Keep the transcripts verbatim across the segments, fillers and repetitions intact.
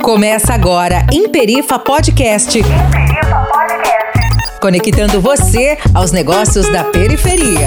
Começa agora Imperifa Podcast. Imperifa Podcast. Conectando você aos negócios da periferia.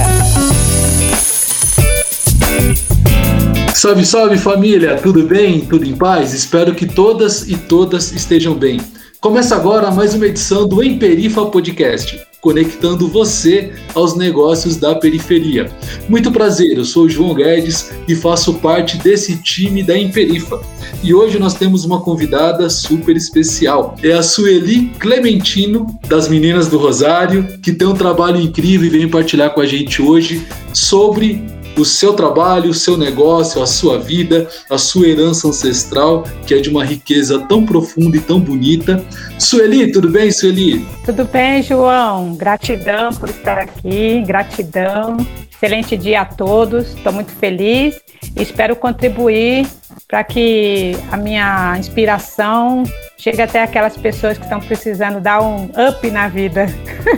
Salve, salve família! Tudo bem? Tudo em paz? Espero que todas e todas estejam bem. Começa agora mais uma edição do Imperifa Podcast, conectando você aos negócios da periferia. Muito prazer, eu sou o João Guedes e faço parte desse time da Imperifa. E hoje nós temos uma convidada super especial. É a Sueli Clementino, das Meninas do Rosário, que tem um trabalho incrível e vem partilhar com a gente hoje sobre o seu trabalho, o seu negócio, a sua vida, a sua herança ancestral, que é de uma riqueza tão profunda e tão bonita. Sueli, tudo bem, Sueli? Tudo bem, João. Gratidão por estar aqui, gratidão. Excelente dia a todos. Estou muito feliz e espero contribuir para que a minha inspiração chegue até aquelas pessoas que estão precisando dar um up na vida.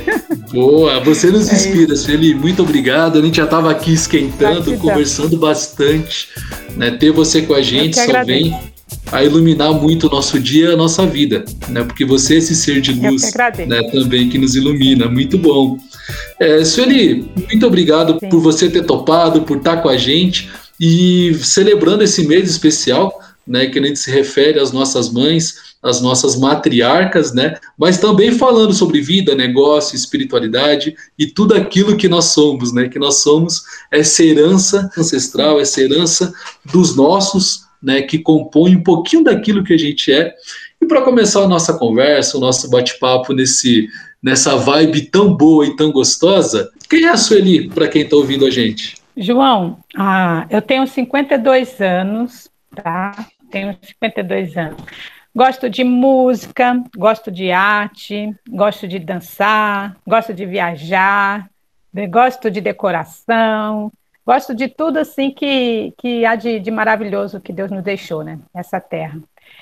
Boa, você nos inspira, é Sueli. Muito obrigado. A gente já estava aqui esquentando, Gratidão. conversando bastante. Né? Ter você com a gente só agradeço. vem a iluminar muito o nosso dia e a nossa vida. Né? Porque você é esse ser de luz, né? Também que nos ilumina. Muito bom. É, Sueli, muito obrigado Sim. por você ter topado, por estar com a gente e celebrando esse mês especial, né, que a gente se refere às nossas mães, às nossas matriarcas, né, mas também falando sobre vida, negócio, espiritualidade e tudo aquilo que nós somos, né, que nós somos essa herança ancestral, essa herança dos nossos, né, que compõe um pouquinho daquilo que a gente é. E para começar a nossa conversa, o nosso bate-papo nesse, nessa vibe tão boa e tão gostosa, quem é a Sueli, para quem está ouvindo a gente? João, ah, eu tenho cinquenta e dois anos, tá? Tenho cinquenta e dois anos. Gosto de música, gosto de arte, gosto de dançar, gosto de viajar, gosto de decoração, gosto de tudo assim que, que há de, de maravilhoso que Deus nos deixou, né? Essa terra.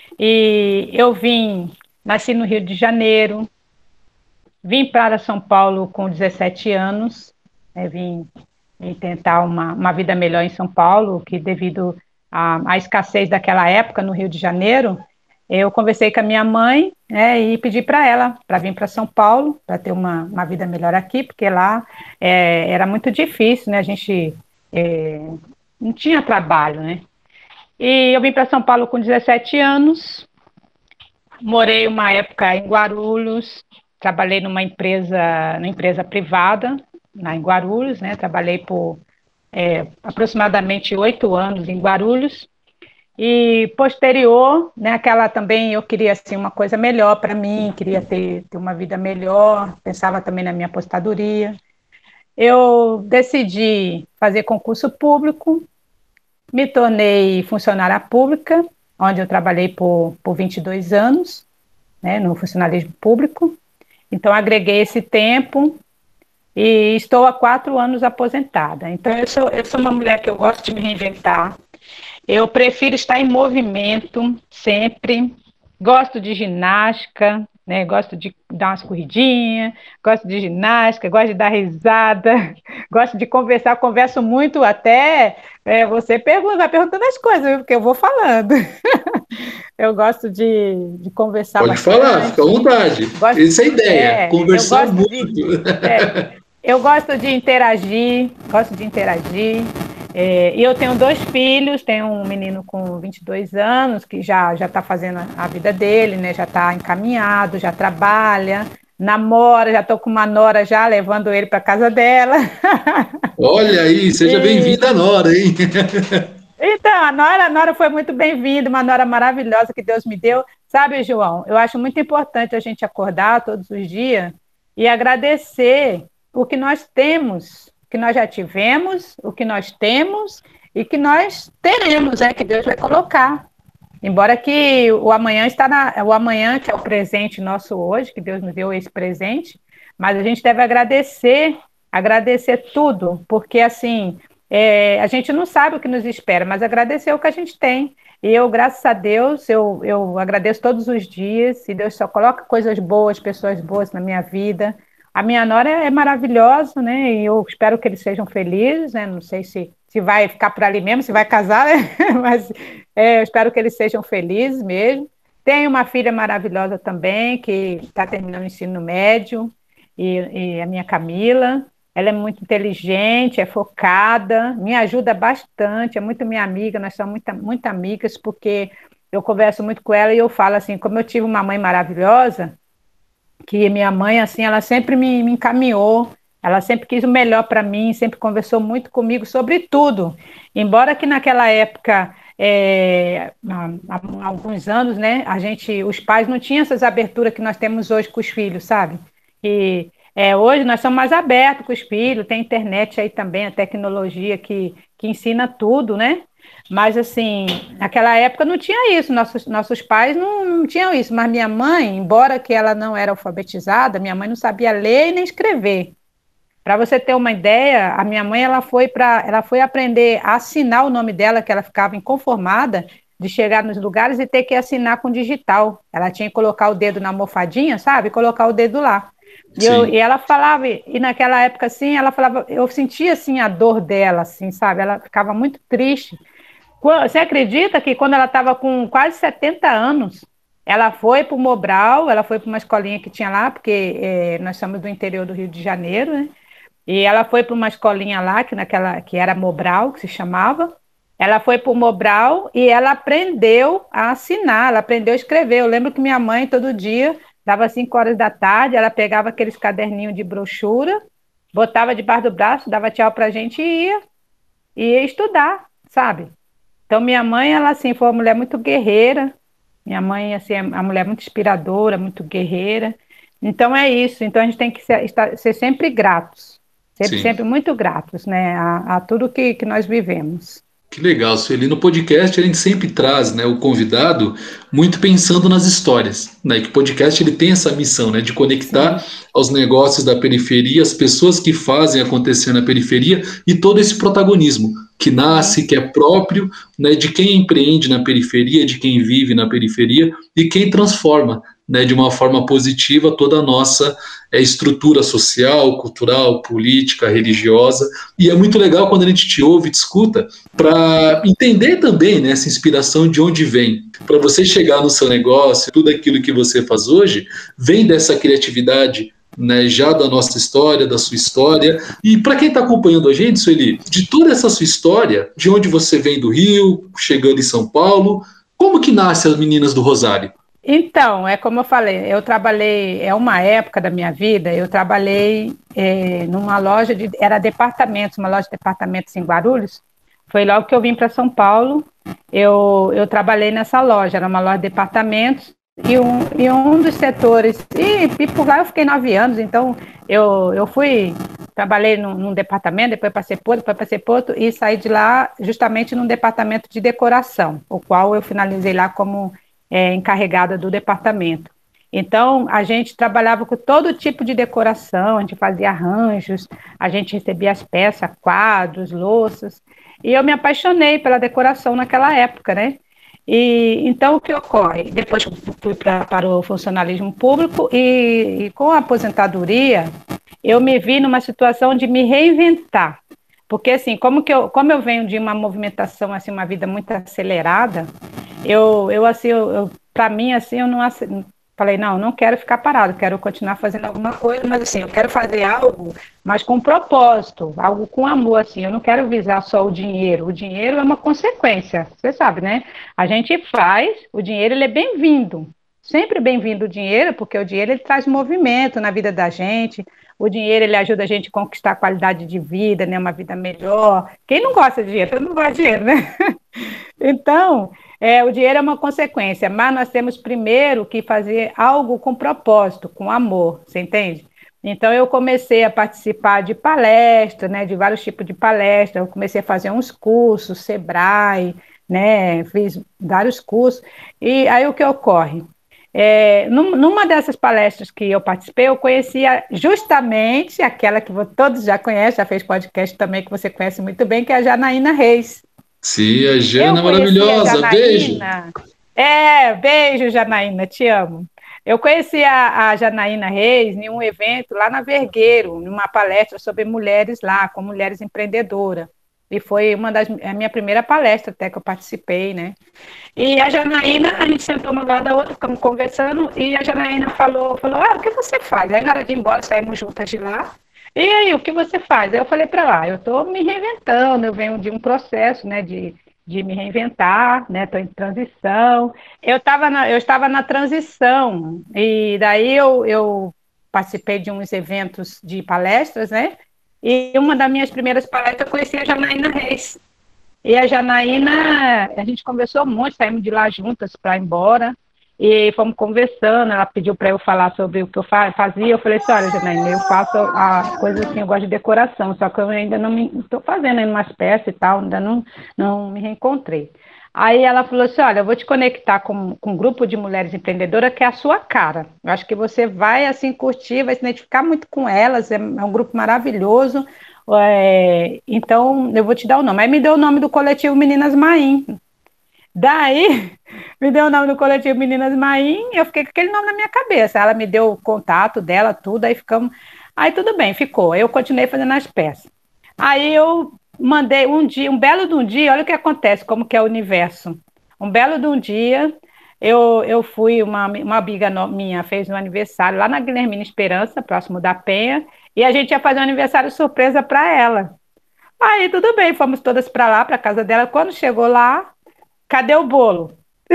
E eu vim, nasci no Rio de Janeiro, vim para São Paulo com dezessete anos, né? Vim e tentar uma, uma vida melhor em São Paulo, que devido à, à escassez daquela época no Rio de Janeiro, eu conversei com a minha mãe, né, e pedi para ela para vir para São Paulo, para ter uma, uma vida melhor aqui, porque lá é, era muito difícil, né, a gente é, não tinha trabalho, né. E eu vim para São Paulo com dezessete anos, morei uma época em Guarulhos, trabalhei numa empresa, numa empresa privada, lá em Guarulhos, né? Trabalhei por é, aproximadamente oito anos em Guarulhos e posterior, né? Aquela também eu queria assim uma coisa melhor para mim, queria ter, ter uma vida melhor, pensava também na minha aposentadoria. Eu decidi fazer concurso público, me tornei funcionária pública, onde eu trabalhei por, por vinte e dois anos, né? No funcionalismo público. Então agreguei esse tempo. E estou há quatro anos aposentada. Então, eu sou, eu sou uma mulher que eu gosto de me reinventar. Eu prefiro estar em movimento sempre. Gosto de ginástica, né? Gosto de dar umas corridinhas, gosto de ginástica, gosto de dar risada, gosto de conversar. Converso muito até é, você pergunta, vai perguntando as coisas, porque eu vou falando. Eu gosto de, de conversar Pode bastante. falar, fica à vontade. Gosto, Essa é a ideia, é, conversar muito. De, é, eu gosto de interagir, gosto de interagir. É, e eu tenho dois filhos, tenho um menino com vinte e dois anos, que já já está fazendo a vida dele, né? Já está encaminhado, já trabalha, namora, já estou com uma nora já, levando ele para casa dela. Olha aí, seja e... bem-vinda, nora, hein? Então, a nora, a nora foi muito bem-vinda, uma nora maravilhosa que Deus me deu. Sabe, João, eu acho muito importante a gente acordar todos os dias e agradecer o que nós temos, o que nós já tivemos, o que nós temos e que nós teremos, é que Deus vai colocar. Embora que o amanhã está na, o amanhã que é o presente nosso hoje, que Deus nos deu esse presente, mas a gente deve agradecer, agradecer tudo, porque assim, é, a gente não sabe o que nos espera, mas agradecer o que a gente tem. E eu, graças a Deus, eu, eu agradeço todos os dias, e Deus só coloca coisas boas, pessoas boas na minha vida. A minha nora é maravilhosa, né? E eu espero que eles sejam felizes, né? Não sei se, se vai ficar por ali mesmo, se vai casar, né? Mas é, eu espero que eles sejam felizes mesmo. Tenho uma filha maravilhosa também, que está terminando o ensino médio, e, e a minha Camila. Ela é muito inteligente, é focada, me ajuda bastante, é muito minha amiga, nós somos muito, muito amigas, porque eu converso muito com ela e eu falo assim, como eu tive uma mãe maravilhosa, que minha mãe, assim, ela sempre me, me encaminhou, ela sempre quis o melhor para mim, sempre conversou muito comigo sobre tudo. Embora que naquela época, é, há, há alguns anos, né, a gente, os pais não tinham essas aberturas que nós temos hoje com os filhos, sabe? E é, hoje nós somos mais abertos com os filhos, tem internet aí também, a tecnologia que, que ensina tudo, né? Mas, assim, naquela época não tinha isso, nossos, nossos pais não, não tinham isso, mas minha mãe, embora que ela não era alfabetizada, minha mãe não sabia ler e nem escrever. Para você ter uma ideia, a minha mãe ela foi, pra, ela foi aprender a assinar o nome dela, que ela ficava inconformada de chegar nos lugares e ter que assinar com digital. Ela tinha que colocar o dedo na almofadinha, sabe? Colocar o dedo lá. E, eu, e ela falava, e naquela época, assim, ela falava, eu sentia, assim, a dor dela, assim, sabe? Ela ficava muito triste. Você acredita que quando ela estava com quase setenta anos, ela foi para o Mobral, ela foi para uma escolinha que tinha lá, porque é, nós somos do interior do Rio de Janeiro, né? E ela foi para uma escolinha lá, que, naquela, que era Mobral, que se chamava. Ela foi para o Mobral e ela aprendeu a assinar, ela aprendeu a escrever. Eu lembro que minha mãe, todo dia, dava cinco horas da tarde, ela pegava aqueles caderninhos de brochura, botava debaixo do braço, dava tchau para a gente e ia, ia estudar, sabe? Então, minha mãe, ela, assim, foi uma mulher muito guerreira. Minha mãe, assim, é uma mulher muito inspiradora, muito guerreira. Então, é isso. Então, a gente tem que ser, estar, ser sempre gratos. Sempre, sempre muito gratos, né, a, a tudo que, que nós vivemos. Que legal, Sueli. No podcast a gente sempre traz, né, o convidado muito pensando nas histórias, né, que o podcast ele tem essa missão, né, de conectar Sim. aos negócios da periferia, as pessoas que fazem acontecer na periferia e todo esse protagonismo que nasce, Sim. que é próprio, né, de quem empreende na periferia, de quem vive na periferia e quem transforma, né, de uma forma positiva toda a nossa é, estrutura social, cultural, política, religiosa. E é muito legal quando a gente te ouve, te escuta, para entender também, né, essa inspiração de onde vem. Para você chegar no seu negócio, tudo aquilo que você faz hoje, vem dessa criatividade, né, já da nossa história, da sua história. E para quem está acompanhando a gente, Sueli, de toda essa sua história, de onde você vem do Rio, chegando em São Paulo, como que nasce as Meninas do Rosário? Então, é como eu falei, eu trabalhei, é uma época da minha vida, eu trabalhei é, numa loja, de, era departamentos, uma loja de departamentos em Guarulhos. Foi logo que eu vim para São Paulo, eu, eu trabalhei nessa loja, era uma loja de departamentos, e um, e um dos setores, e, e por lá eu fiquei nove anos, então eu, eu fui, trabalhei num, num departamento, depois passei por outro, depois passei por outro, e saí de lá justamente num departamento de decoração, o qual eu finalizei lá como é, encarregada do departamento. Então, a gente trabalhava com todo tipo de decoração, a gente fazia arranjos, a gente recebia as peças, quadros, louças, e eu me apaixonei pela decoração naquela época, né? E, então, o que ocorre? Depois fui pra, para o funcionalismo público e, e com a aposentadoria, eu me vi numa situação de me reinventar. Porque, assim, como, que eu, como eu venho de uma movimentação, assim, uma vida muito acelerada, eu, eu assim, eu, eu, para mim, assim, eu não falei, não, não quero ficar parado, quero continuar fazendo alguma coisa, mas, assim, eu quero fazer algo, mas com propósito, algo com amor, assim, eu não quero visar só o dinheiro, o dinheiro é uma consequência, você sabe, né? A gente faz, o dinheiro, ele é bem-vindo, sempre bem-vindo o dinheiro, porque o dinheiro, ele traz movimento na vida da gente, o dinheiro, ele ajuda a gente a conquistar a qualidade de vida, né, uma vida melhor. Quem não gosta de dinheiro? Todo mundo gosta de dinheiro, né? Então, é, o dinheiro é uma consequência, mas nós temos primeiro que fazer algo com propósito, com amor, você entende? Então, eu comecei a participar de palestras, né, de vários tipos de palestras, eu comecei a fazer uns cursos, Sebrae, né, fiz vários cursos, e aí o que ocorre? É, numa dessas palestras que eu participei, eu conhecia justamente aquela que todos já conhecem, já fez podcast também, que você conhece muito bem, que é a Janaína Reis. Sim, a Jana maravilhosa, Janaína. Beijo! É, beijo, Janaína, te amo. Eu conheci a, a Janaína Reis em um evento lá na Vergueiro, numa palestra sobre mulheres lá, com mulheres empreendedoras. E foi uma das a minha primeira palestra até que eu participei, né? E a Janaína, a gente sentou uma do lado da outra, ficamos conversando, e a Janaína falou, falou, ah, o que você faz? Aí na hora de ir embora, saímos juntas de lá. E aí, o que você faz? Aí eu falei para lá, eu estou me reinventando, eu venho de um processo, né, de, de me reinventar, né, estou em transição. Eu, tava na, eu estava na transição, e daí eu, eu participei de uns eventos de palestras, né, e uma das minhas primeiras palestras eu conheci a Janaína Reis. E a Janaína, a gente conversou muito, saímos de lá juntas para ir embora, e fomos conversando, ela pediu para eu falar sobre o que eu fazia, eu falei assim, olha, Janaína, eu faço a coisa assim, eu gosto de decoração, só que eu ainda não me estou fazendo ainda umas peças e tal, ainda não, não me reencontrei. Aí ela falou assim, olha, eu vou te conectar com, com um grupo de mulheres empreendedoras que é a sua cara. Eu acho que você vai, assim, curtir, vai se identificar muito com elas, é, é um grupo maravilhoso. É, então, eu vou te dar o nome. Aí me deu o nome do coletivo Meninas Maim. Daí, me deu o nome do coletivo Meninas Maim, eu fiquei com aquele nome na minha cabeça. Ela me deu o contato dela, tudo, aí ficamos... Aí tudo bem, ficou. Eu continuei fazendo as peças. Aí eu mandei um dia, um belo de um dia, olha o que acontece, como que é o universo. Um belo de um dia, eu, eu fui, uma, uma amiga minha fez um aniversário lá na Guilhermina Esperança, próximo da Penha, e a gente ia fazer um aniversário surpresa para ela. Aí tudo bem, fomos todas para lá, para casa dela. Quando chegou lá, cadê o bolo?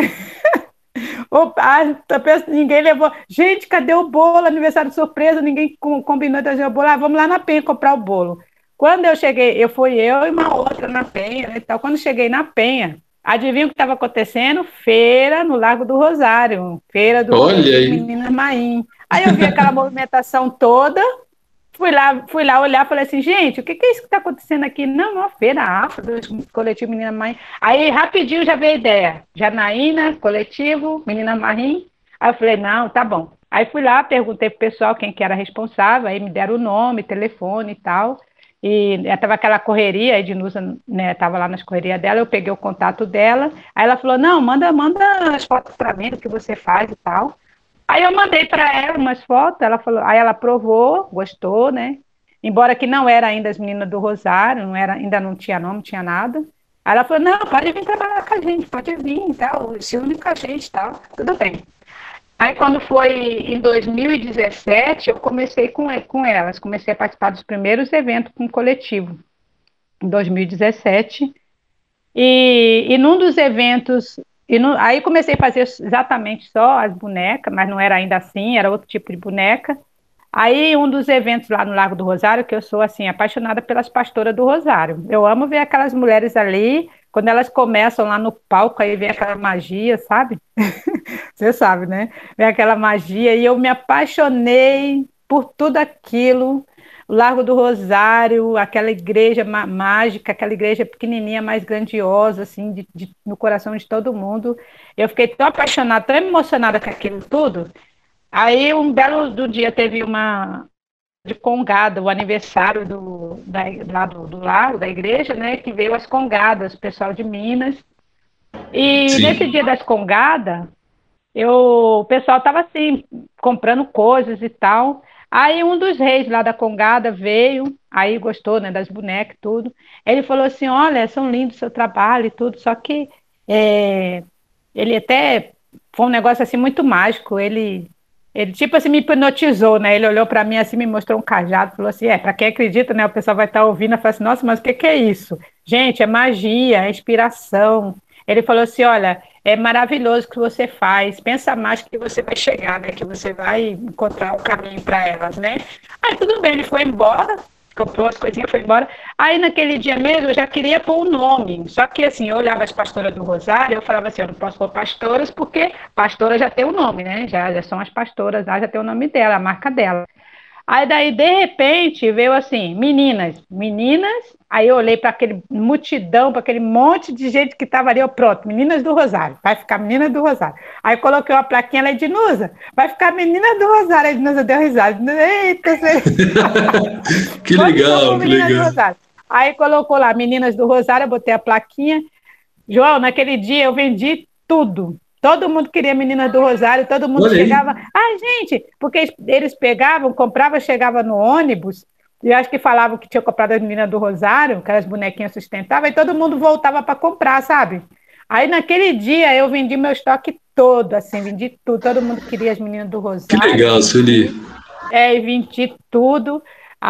Opa, ninguém levou. Gente, cadê o bolo? Aniversário surpresa, ninguém combinou de trazer o bolo. Ah, vamos lá na Penha comprar o bolo. Quando eu cheguei, eu fui eu e uma outra na Penha, e tal. Quando cheguei na Penha, adivinha o que estava acontecendo? Feira no Largo do Rosário, feira do Meninas Maim. Aí eu vi aquela movimentação toda. Fui lá, fui lá olhar, falei assim, gente, o que, que é isso que está acontecendo aqui? Não, uma feira afro, do coletivo Menina Maim. Aí, rapidinho, já veio a ideia. Janaína, coletivo, Menina Maim. Aí eu falei, não, tá bom. Aí fui lá, perguntei pro pessoal quem que era responsável, aí me deram o nome, telefone e tal. E estava aquela correria, a Ednusa, né, estava lá nas correrias dela, eu peguei o contato dela. Aí ela falou, não, manda, manda as fotos para mim do que você faz e tal. Aí eu mandei para ela umas fotos, ela falou, aí ela aprovou, gostou, né? Embora que não era ainda as meninas do Rosário, não era, ainda não tinha nome, não tinha nada. Aí ela falou, não, pode vir trabalhar com a gente, pode vir e tal, se une com a gente e tal, tudo bem. Aí quando foi em dois mil e dezessete, eu comecei com, com elas, comecei a participar dos primeiros eventos com o coletivo, em dois mil e dezessete. E, e num dos eventos... E no, aí comecei a fazer exatamente só as bonecas, mas não era ainda assim, era outro tipo de boneca. Aí um dos eventos lá no Largo do Rosário, que eu sou assim, apaixonada pelas pastoras do Rosário. Eu amo ver aquelas mulheres ali, quando elas começam lá no palco, aí vem aquela magia, sabe? Você sabe, né? Vem aquela magia, e eu me apaixonei por tudo aquilo. O Largo do Rosário, aquela igreja má mágica, aquela igreja pequenininha, mais grandiosa, assim, de, de, no coração de todo mundo. Eu fiquei tão apaixonada, tão emocionada com aquilo tudo. Aí, um belo do dia, teve uma de congada, o aniversário do, da, lá do, do Largo, da igreja, né, que veio as congadas, o pessoal de Minas. E Sim. nesse dia das congadas, eu, o pessoal estava assim, comprando coisas e tal. Aí um dos reis lá da Congada veio, aí gostou, né, das bonecas e tudo. Ele falou assim, olha, são lindos o seu trabalho e tudo, só que é, ele até foi um negócio assim muito mágico, ele, ele tipo assim me hipnotizou, né, ele olhou para mim assim, me mostrou um cajado, falou assim, é, para quem acredita, né, o pessoal vai estar ouvindo e fala assim, nossa, mas o que, que é isso? Gente, é magia, é inspiração. Ele falou assim, olha, é maravilhoso o que você faz, pensa mais que você vai chegar, né, que você vai encontrar um caminho para elas, né? Aí tudo bem, ele foi embora, comprou as coisinhas, foi embora. Aí naquele dia mesmo eu já queria pôr o nome, só que assim, eu olhava as pastoras do Rosário, eu falava assim, eu não posso pôr pastoras, porque pastora já tem o nome, né? Já, já são as pastoras, já tem o nome dela, a marca dela. Aí daí, de repente, veio assim, meninas, meninas, aí eu olhei para aquele multidão, para aquele monte de gente que estava ali, eu, pronto, Meninas do Rosário, vai ficar Meninas do Rosário. Aí coloquei uma plaquinha lá, Ednusa, vai ficar Meninas do Rosário, a Ednusa deu risada, eita, você... Que legal, que legal. Aí colocou lá, Meninas do Rosário, eu botei a plaquinha, João, naquele dia eu vendi tudo. Todo mundo queria Meninas do Rosário, todo mundo Olha chegava... Aí. Ah, gente, porque eles pegavam, compravam, chegava no ônibus, E acho que falavam que tinha comprado as meninas do Rosário, aquelas bonequinhas sustentáveis, e todo mundo voltava para comprar, sabe? Aí naquele dia eu vendi meu estoque todo, assim, vendi tudo. Todo mundo queria as meninas do Que Rosário. legal, Sueli. É, e vendi tudo.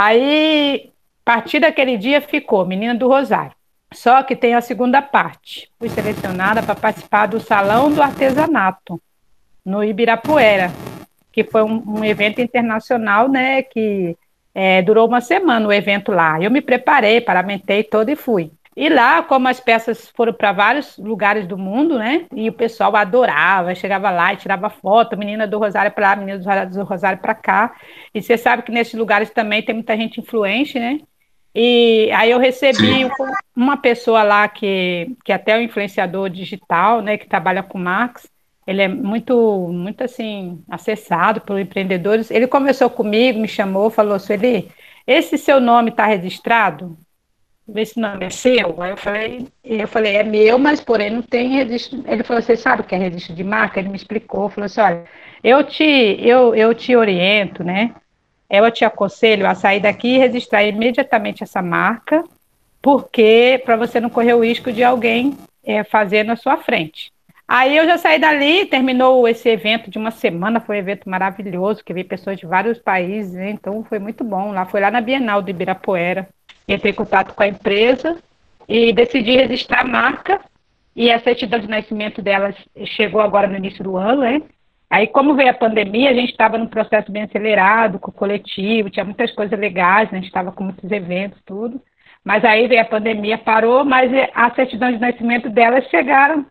Aí, a partir daquele dia ficou Menina do Rosário. Só que tem a segunda parte. Fui selecionada para participar do Salão do Artesanato, no Ibirapuera, que foi um, um evento internacional, né, que é, durou uma semana o evento lá. Eu me preparei, paramentei todo e fui. E lá, como as peças foram para vários lugares do mundo, né, e o pessoal adorava, chegava lá e tirava foto, menina do Rosário para lá, menina do Rosário para cá. E você sabe que nesses lugares também tem muita gente influente, né? E aí eu recebi Sim. uma pessoa lá que, que até é um influenciador digital, né, que trabalha com marcas. Ele é muito, muito assim, acessado por empreendedores. Ele conversou comigo, me chamou, falou, Sueli, esse seu nome está registrado? Esse nome é seu? Aí eu falei, eu falei, é meu, mas porém não tem registro. Ele falou, você sabe o que é registro de marca? Ele me explicou, falou assim, olha, eu te, eu, eu te oriento, né? Eu te aconselho a sair daqui e registrar imediatamente essa marca, porque para você não correr o risco de alguém é, fazer na sua frente. Aí eu já saí dali, terminou esse evento de uma semana, foi um evento maravilhoso, que veio pessoas de vários países, né? Então foi muito bom. Lá foi lá na Bienal do Ibirapuera. Entrei em contato com a empresa e decidi registrar a marca, e a certidão de nascimento delas chegou agora no início do ano, né? Aí, como veio a pandemia, a gente estava num processo bem acelerado, com o coletivo, tinha muitas coisas legais, né? A gente estava com muitos eventos, tudo. Mas aí veio a pandemia, parou, mas a certidão de nascimento delas chegaram.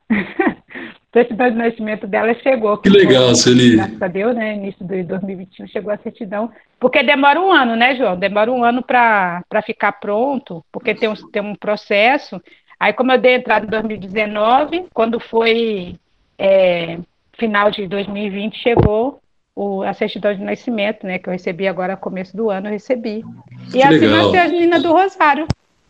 A certidão de nascimento delas chegou. Que legal, Sueli. Graças a Deus, né? Início de dois mil e vinte e um chegou a certidão. Porque demora um ano, né, João? Demora um ano para ficar pronto, porque tem um, tem um processo. Aí, como eu dei entrada em dois mil e dezenove, quando foi... É, final de dois mil e vinte chegou o, a certidão de nascimento, né, que eu recebi agora no começo do ano, eu recebi. E que assim legal. nasceu as meninas do Rosário.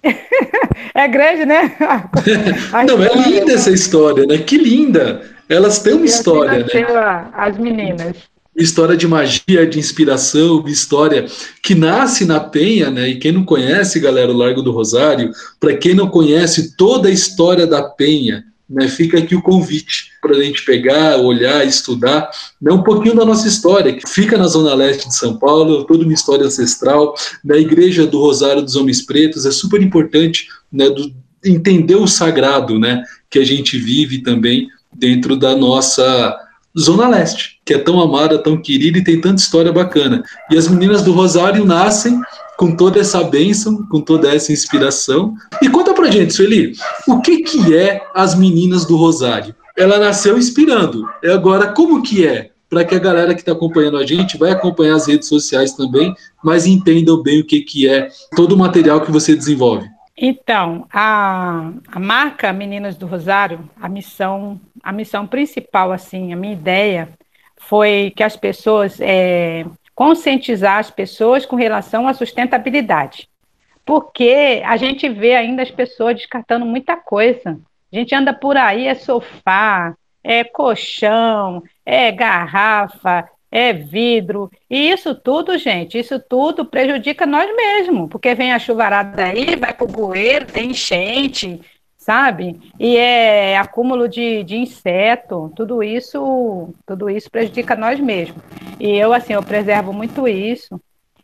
É grande, né? Não, é linda essa história, né? Que linda! Elas têm uma e história, assim nasceu né? As meninas. História de magia, de inspiração, história que nasce na Penha, né? E quem não conhece, galera, o Largo do Rosário, para quem não conhece toda a história da Penha, né, fica aqui o convite para a gente pegar, olhar, estudar, né, um pouquinho da nossa história, que fica na Zona Leste de São Paulo, toda uma história ancestral. Na Igreja do Rosário dos Homens Pretos, é super importante, né, do, entender o sagrado, né, que a gente vive também dentro da nossa Zona Leste, que é tão amada, tão querida e tem tanta história bacana. E as meninas do Rosário nascem com toda essa bênção, com toda essa inspiração. E conta pra gente, Sueli, o que que é as Meninas do Rosário? Ela nasceu inspirando. E agora, como que é? Para que a galera que está acompanhando a gente vai acompanhar as redes sociais também, mas entendam bem o que que é todo o material que você desenvolve. Então, a, a marca Meninas do Rosário, a missão, a missão principal, assim, a minha ideia foi que as pessoas... É, conscientizar as pessoas com relação à sustentabilidade, porque a gente vê ainda as pessoas descartando muita coisa. A gente anda por aí, é sofá, é colchão, é garrafa, é vidro, e isso tudo, gente, isso tudo prejudica nós mesmos, porque vem a chuvarada aí, vai para o bueiro, tem enchente, sabe? E é acúmulo de, de inseto, tudo isso, tudo isso prejudica nós mesmos. E eu, assim, eu preservo muito isso.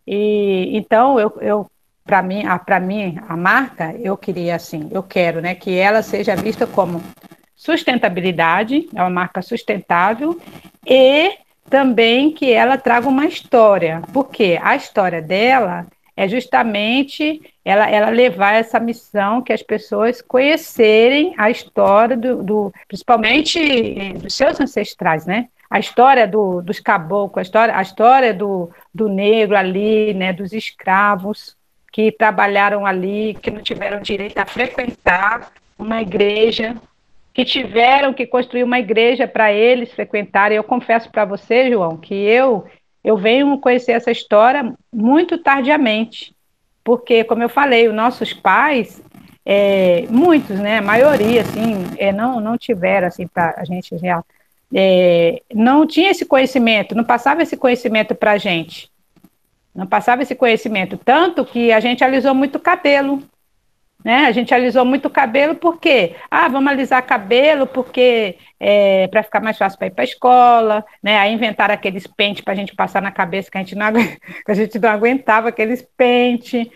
E então, eu, eu para mim, a, para mim, a marca, eu queria, assim, eu quero, né, que ela seja vista como sustentabilidade, é uma marca sustentável, e também que ela traga uma história, porque a história dela é justamente ela, ela levar essa missão que as pessoas conhecerem a história, do, do principalmente dos seus ancestrais, né? A história do, dos caboclos, a história, a história do, do negro ali, né? Dos escravos que trabalharam ali, que não tiveram direito a frequentar uma igreja, que tiveram que construir uma igreja para eles frequentarem. Eu confesso para você, João, que eu... Eu venho conhecer essa história muito tardiamente, porque, como eu falei, os nossos pais, é, muitos, né, a maioria, assim, é, não, não tiveram, assim, para a gente já, é, não tinha esse conhecimento, não passava esse conhecimento para a gente. não passava esse conhecimento, tanto que a gente alisou muito o cabelo, né? A gente alisou muito o cabelo por quê? Ah, vamos alisar cabelo porque é, para ficar mais fácil para ir para a escola, né? Aí inventaram aqueles pentes para a gente passar na cabeça que a gente não, agu... que a gente não aguentava aqueles pentes.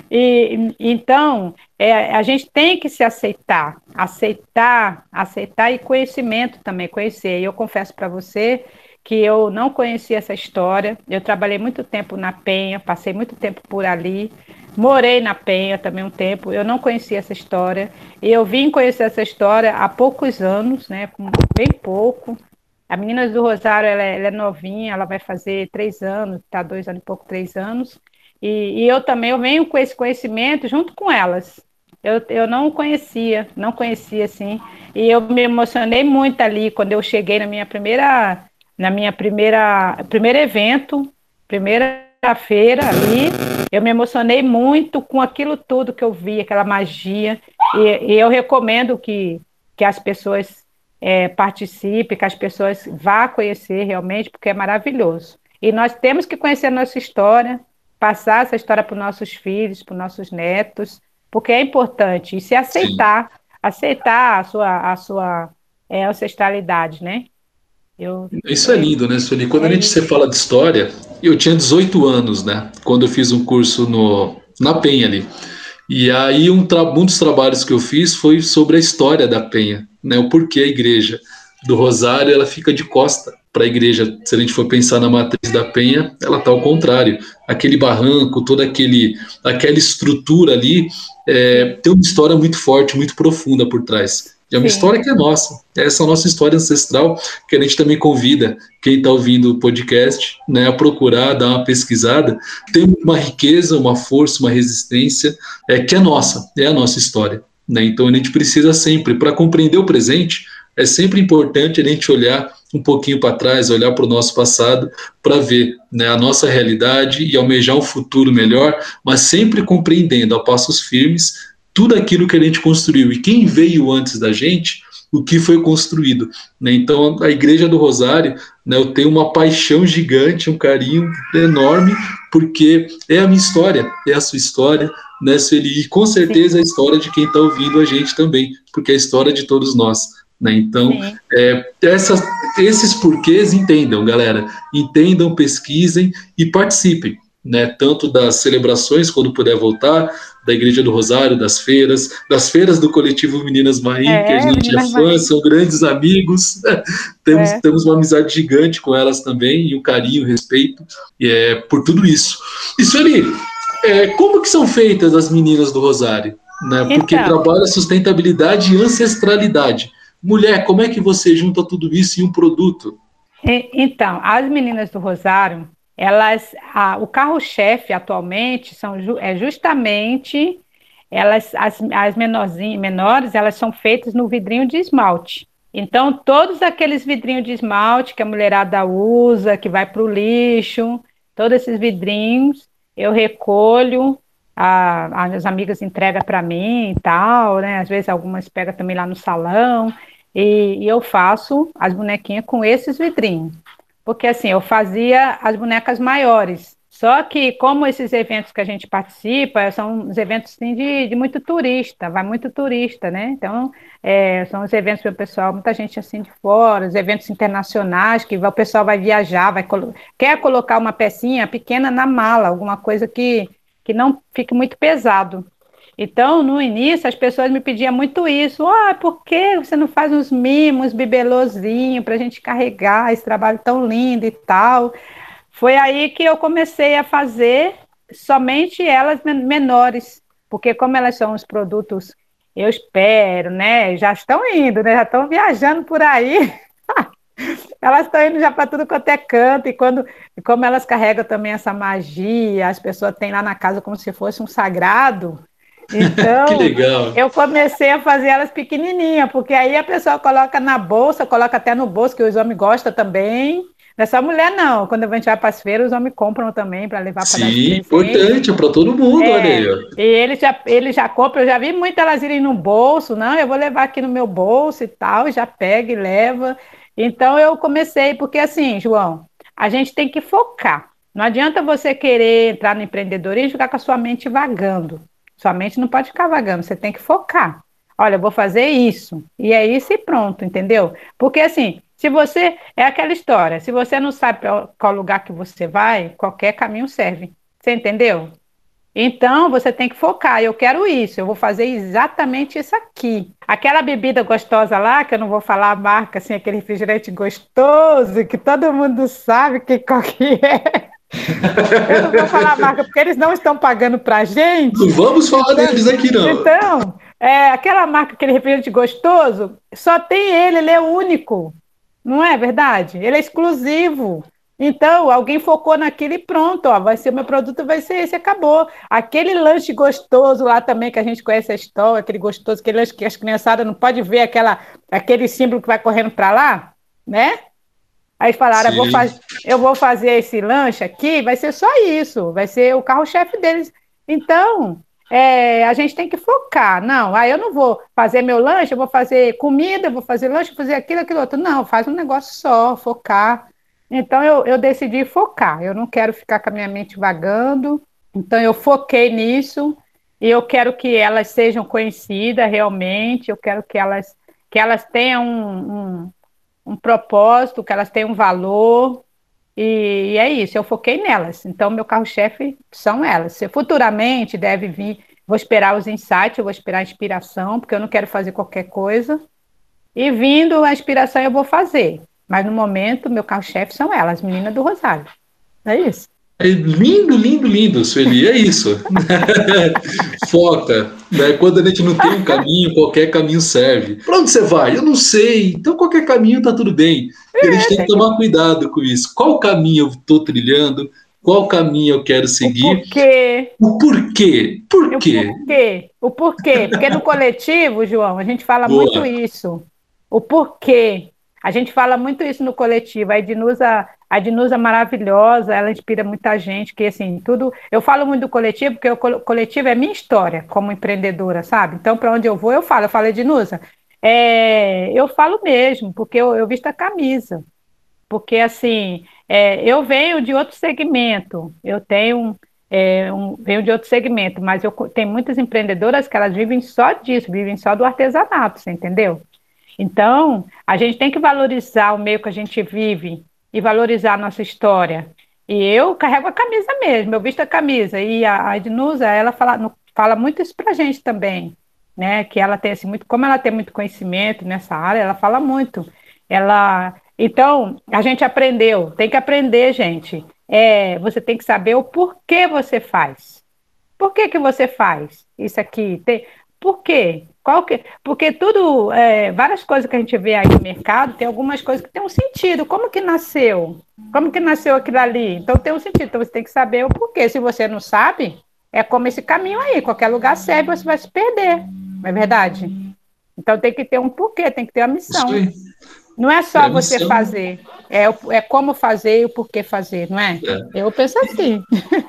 E, então, é, a gente tem que se aceitar, aceitar, aceitar e conhecimento também, conhecer. E eu confesso para você que eu não conhecia essa história, eu trabalhei muito tempo na Penha, passei muito tempo por ali, morei na Penha também um tempo, eu não conhecia essa história, e eu vim conhecer essa história há poucos anos, né, com bem pouco. A Meninas do Rosário, ela é, ela é novinha, ela vai fazer três anos, está dois anos e pouco, três anos, e, e eu também eu venho com esse conhecimento junto com elas. Eu, eu não conhecia, não conhecia, assim, e eu me emocionei muito ali, quando eu cheguei na minha primeira, na minha primeira, primeiro evento, primeira feira ali, eu me emocionei muito com aquilo tudo que eu vi, aquela magia, e, e eu recomendo que, que as pessoas é, participem, que as pessoas vá conhecer realmente, porque é maravilhoso. E nós temos que conhecer a nossa história, passar essa história para os nossos filhos, para os nossos netos, porque é importante, e se aceitar, Sim. aceitar a sua, a sua é, ancestralidade, né? Eu, Isso é lindo, né, Sueli? Quando é a gente se fala de história, eu tinha dezoito anos, né? Quando eu fiz um curso no, na Penha ali. E aí um, um dos trabalhos que eu fiz foi sobre a história da Penha, né? O porquê a igreja do Rosário ela fica de costa para a igreja. Se a gente for pensar na matriz da Penha, ela está ao contrário. Aquele barranco, toda aquele, aquela estrutura ali é, tem uma história muito forte, muito profunda por trás. É uma Sim. história que é nossa, essa é a nossa história ancestral, que a gente também convida quem está ouvindo o podcast, né, a procurar, dar uma pesquisada. Tem uma riqueza, uma força, uma resistência é, que é nossa, é a nossa história, né? Então a gente precisa sempre, para compreender o presente, é sempre importante a gente olhar um pouquinho para trás, olhar para o nosso passado, para ver, né, a nossa realidade e almejar um futuro melhor, mas sempre compreendendo a passos firmes tudo aquilo que a gente construiu e quem veio antes da gente, o que foi construído, né? Então a Igreja do Rosário, né, eu tenho uma paixão gigante, um carinho enorme, porque é a minha história, é a sua história, né, Sueli? E com certeza é a história de quem está ouvindo a gente também, porque é a história de todos nós, né? Então é, essas, esses porquês entendam, galera, entendam, pesquisem e participem, né, tanto das celebrações, quando puder voltar, da Igreja do Rosário, das feiras, das feiras do coletivo Meninas Maim, é, que a gente é fã, Maim. São grandes amigos, temos, é. temos uma amizade gigante com elas também, e um carinho, um respeito, e é, por tudo isso. E Sueli, é, como que são feitas as Meninas do Rosário? Né? Porque então, trabalha sustentabilidade e ancestralidade. Mulher, como é que você junta tudo isso em um produto? Então, as Meninas do Rosário, elas, a, o carro-chefe atualmente são ju, é justamente elas, as, as menorzinhas, menores, elas são feitas no vidrinho de esmalte. Então, todos aqueles vidrinhos de esmalte que a mulherada usa, que vai para o lixo, todos esses vidrinhos, eu recolho, a, as minhas amigas entregam para mim e tal, né? Às vezes algumas pegam também lá no salão, e, e eu faço as bonequinhas com esses vidrinhos. Porque assim, eu fazia as bonecas maiores, só que como esses eventos que a gente participa, são os eventos assim, de, de muito turista, vai muito turista, né? Então, é, são os eventos para o pessoal, muita gente assim de fora, os eventos internacionais, que o pessoal vai viajar, vai colo- quer colocar uma pecinha pequena na mala, alguma coisa que, que não fique muito pesado. Então, no início, as pessoas me pediam muito isso. Ah, por que você não faz uns mimos, bibelôzinho, para a gente carregar esse trabalho tão lindo e tal? Foi aí que eu comecei a fazer somente elas menores, porque como elas são os produtos, eu espero, né? Já estão indo, né? Já estão viajando por aí. Elas estão indo já para tudo quanto é canto, e quando, como elas carregam também essa magia, as pessoas têm lá na casa como se fosse um sagrado. Então, que legal. Eu comecei a fazer elas pequenininhas, porque aí a pessoa coloca na bolsa, coloca até no bolso, que os homens gostam também. Não é só mulher, não. Quando a gente vai para as feiras, os homens compram também para levar para Sim, importante, é para todo mundo, é, olha aí. Ó. E eles já, eles já compram, eu já vi muito elas irem no bolso, não, eu vou levar aqui no meu bolso e tal, já pega e leva. Então eu comecei, porque assim, João, a gente tem que focar. Não adianta você querer entrar no empreendedorismo e ficar com a sua mente vagando. Sua mente não pode ficar vagando, você tem que focar. Olha, eu vou fazer isso, e é isso e pronto, entendeu? Porque assim, se você, é aquela história, se você não sabe pra qual lugar que você vai, qualquer caminho serve. Você entendeu? Então, você tem que focar. Eu quero isso, eu vou fazer exatamente isso aqui. Aquela bebida gostosa lá, que eu não vou falar a marca, assim, aquele refrigerante gostoso, que todo mundo sabe que, qual que é. Eu não vou falar a marca, porque eles não estão pagando pra gente. Não vamos falar então, deles aqui, não. Então, é, aquela marca, aquele refrigerante gostoso, só tem ele, ele é único. Não é verdade? Ele é exclusivo. Então, alguém focou naquilo e pronto, ó, vai ser o meu produto, vai ser esse, acabou. Aquele lanche gostoso lá também, que a gente conhece a história, aquele gostoso, aquele lanche que as criançadas não podem ver aquela, aquele símbolo que vai correndo para lá, né? Aí falaram, eu vou, faz, eu vou fazer esse lanche aqui, vai ser só isso, vai ser o carro-chefe deles. Então, é, a gente tem que focar. Não, aí eu não vou fazer meu lanche, eu vou fazer comida, eu vou fazer lanche, vou fazer aquilo, aquilo outro. Não, faz um negócio só, focar. Então, eu, eu decidi focar. Eu não quero ficar com a minha mente vagando. Então, eu foquei nisso e eu quero que elas sejam conhecidas realmente. Eu quero que elas, que elas tenham um, um, um propósito, que elas tenham um valor. E, e é isso, eu foquei nelas. Então, meu carro-chefe são elas. Se futuramente deve vir, vou esperar os insights, eu vou esperar a inspiração, porque eu não quero fazer qualquer coisa. E vindo a inspiração, eu vou fazer. Mas no momento, meu carro-chefe são elas, as meninas do Rosário. É isso. É lindo, lindo, lindo, Sueli, é isso. Foca, né? Quando a gente não tem um caminho, qualquer caminho serve. Para onde você vai? Eu não sei. Então qualquer caminho tá tudo bem. E a gente tem que tomar cuidado com isso. Qual caminho eu estou trilhando? Qual caminho eu quero seguir? O porquê? O porquê? Por quê? O porquê? O porquê? Porque no coletivo, João, a gente fala Boa. muito isso. O porquê? A gente fala muito isso no coletivo. A Ednusa, a Ednusa maravilhosa, ela inspira muita gente, que assim, tudo. Eu falo muito do coletivo, porque o coletivo é minha história como empreendedora, sabe? Então, para onde eu vou, eu falo. Eu falo, Ednusa, é, eu falo mesmo, porque eu, eu visto a camisa. Porque, assim, é, eu venho de outro segmento, eu tenho. É, um, venho de outro segmento, mas eu tenho muitas empreendedoras que elas vivem só disso, vivem só do artesanato, você entendeu? Então, a gente tem que valorizar o meio que a gente vive e valorizar a nossa história. E eu carrego a camisa mesmo, eu visto a camisa. E a, a Ednusa, ela fala, no, fala muito isso pra gente também, né? Que ela tem assim, muito, como ela tem muito conhecimento nessa área, ela fala muito. Ela, então, a gente aprendeu, tem que aprender, gente. É, você tem que saber o porquê você faz. Por que que você faz isso aqui? Tem, por quê? Qual que, porque tudo, é, várias coisas que a gente vê aí no mercado, tem algumas coisas que têm um sentido. Como que nasceu? Como que nasceu aquilo ali? Então tem um sentido, então você tem que saber o porquê. Se você não sabe, é como esse caminho aí, qualquer lugar serve, você vai se perder, não é verdade? Então tem que ter um porquê, tem que ter uma missão. Não é só é você missão. fazer, é, é como fazer e o porquê fazer, não é? é? Eu penso assim.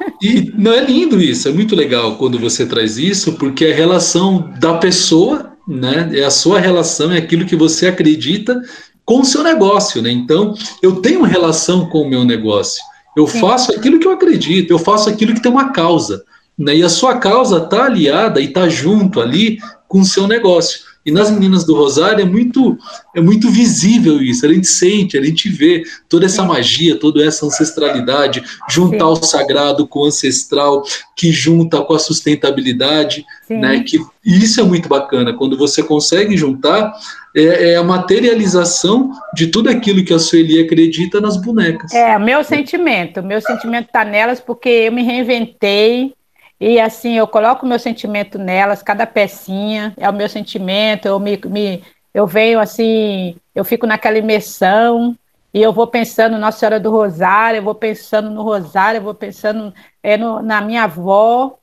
E não é lindo isso, é muito legal quando você traz isso, porque é a relação da pessoa, né? É a sua relação, é aquilo que você acredita com o seu negócio, né? Então, eu tenho relação com o meu negócio, eu Sim. faço aquilo que eu acredito, eu faço aquilo que tem uma causa, né? E a sua causa está aliada e está junto ali com o seu negócio. E nas Meninas do Rosário é muito, é muito visível isso, a gente sente, a gente vê toda essa Sim. magia, toda essa ancestralidade, juntar Sim. o sagrado com o ancestral, que junta com a sustentabilidade, né? Que isso é muito bacana, quando você consegue juntar, é, é a materialização de tudo aquilo que a Sueli acredita nas bonecas. É, o meu sentimento, o meu sentimento está nelas porque eu me reinventei, e assim, eu coloco o meu sentimento nelas, cada pecinha é o meu sentimento, eu, me, me, eu venho assim, eu fico naquela imersão, e eu vou pensando em Nossa Senhora do Rosário, eu vou pensando no Rosário, eu vou pensando é, no, na minha avó,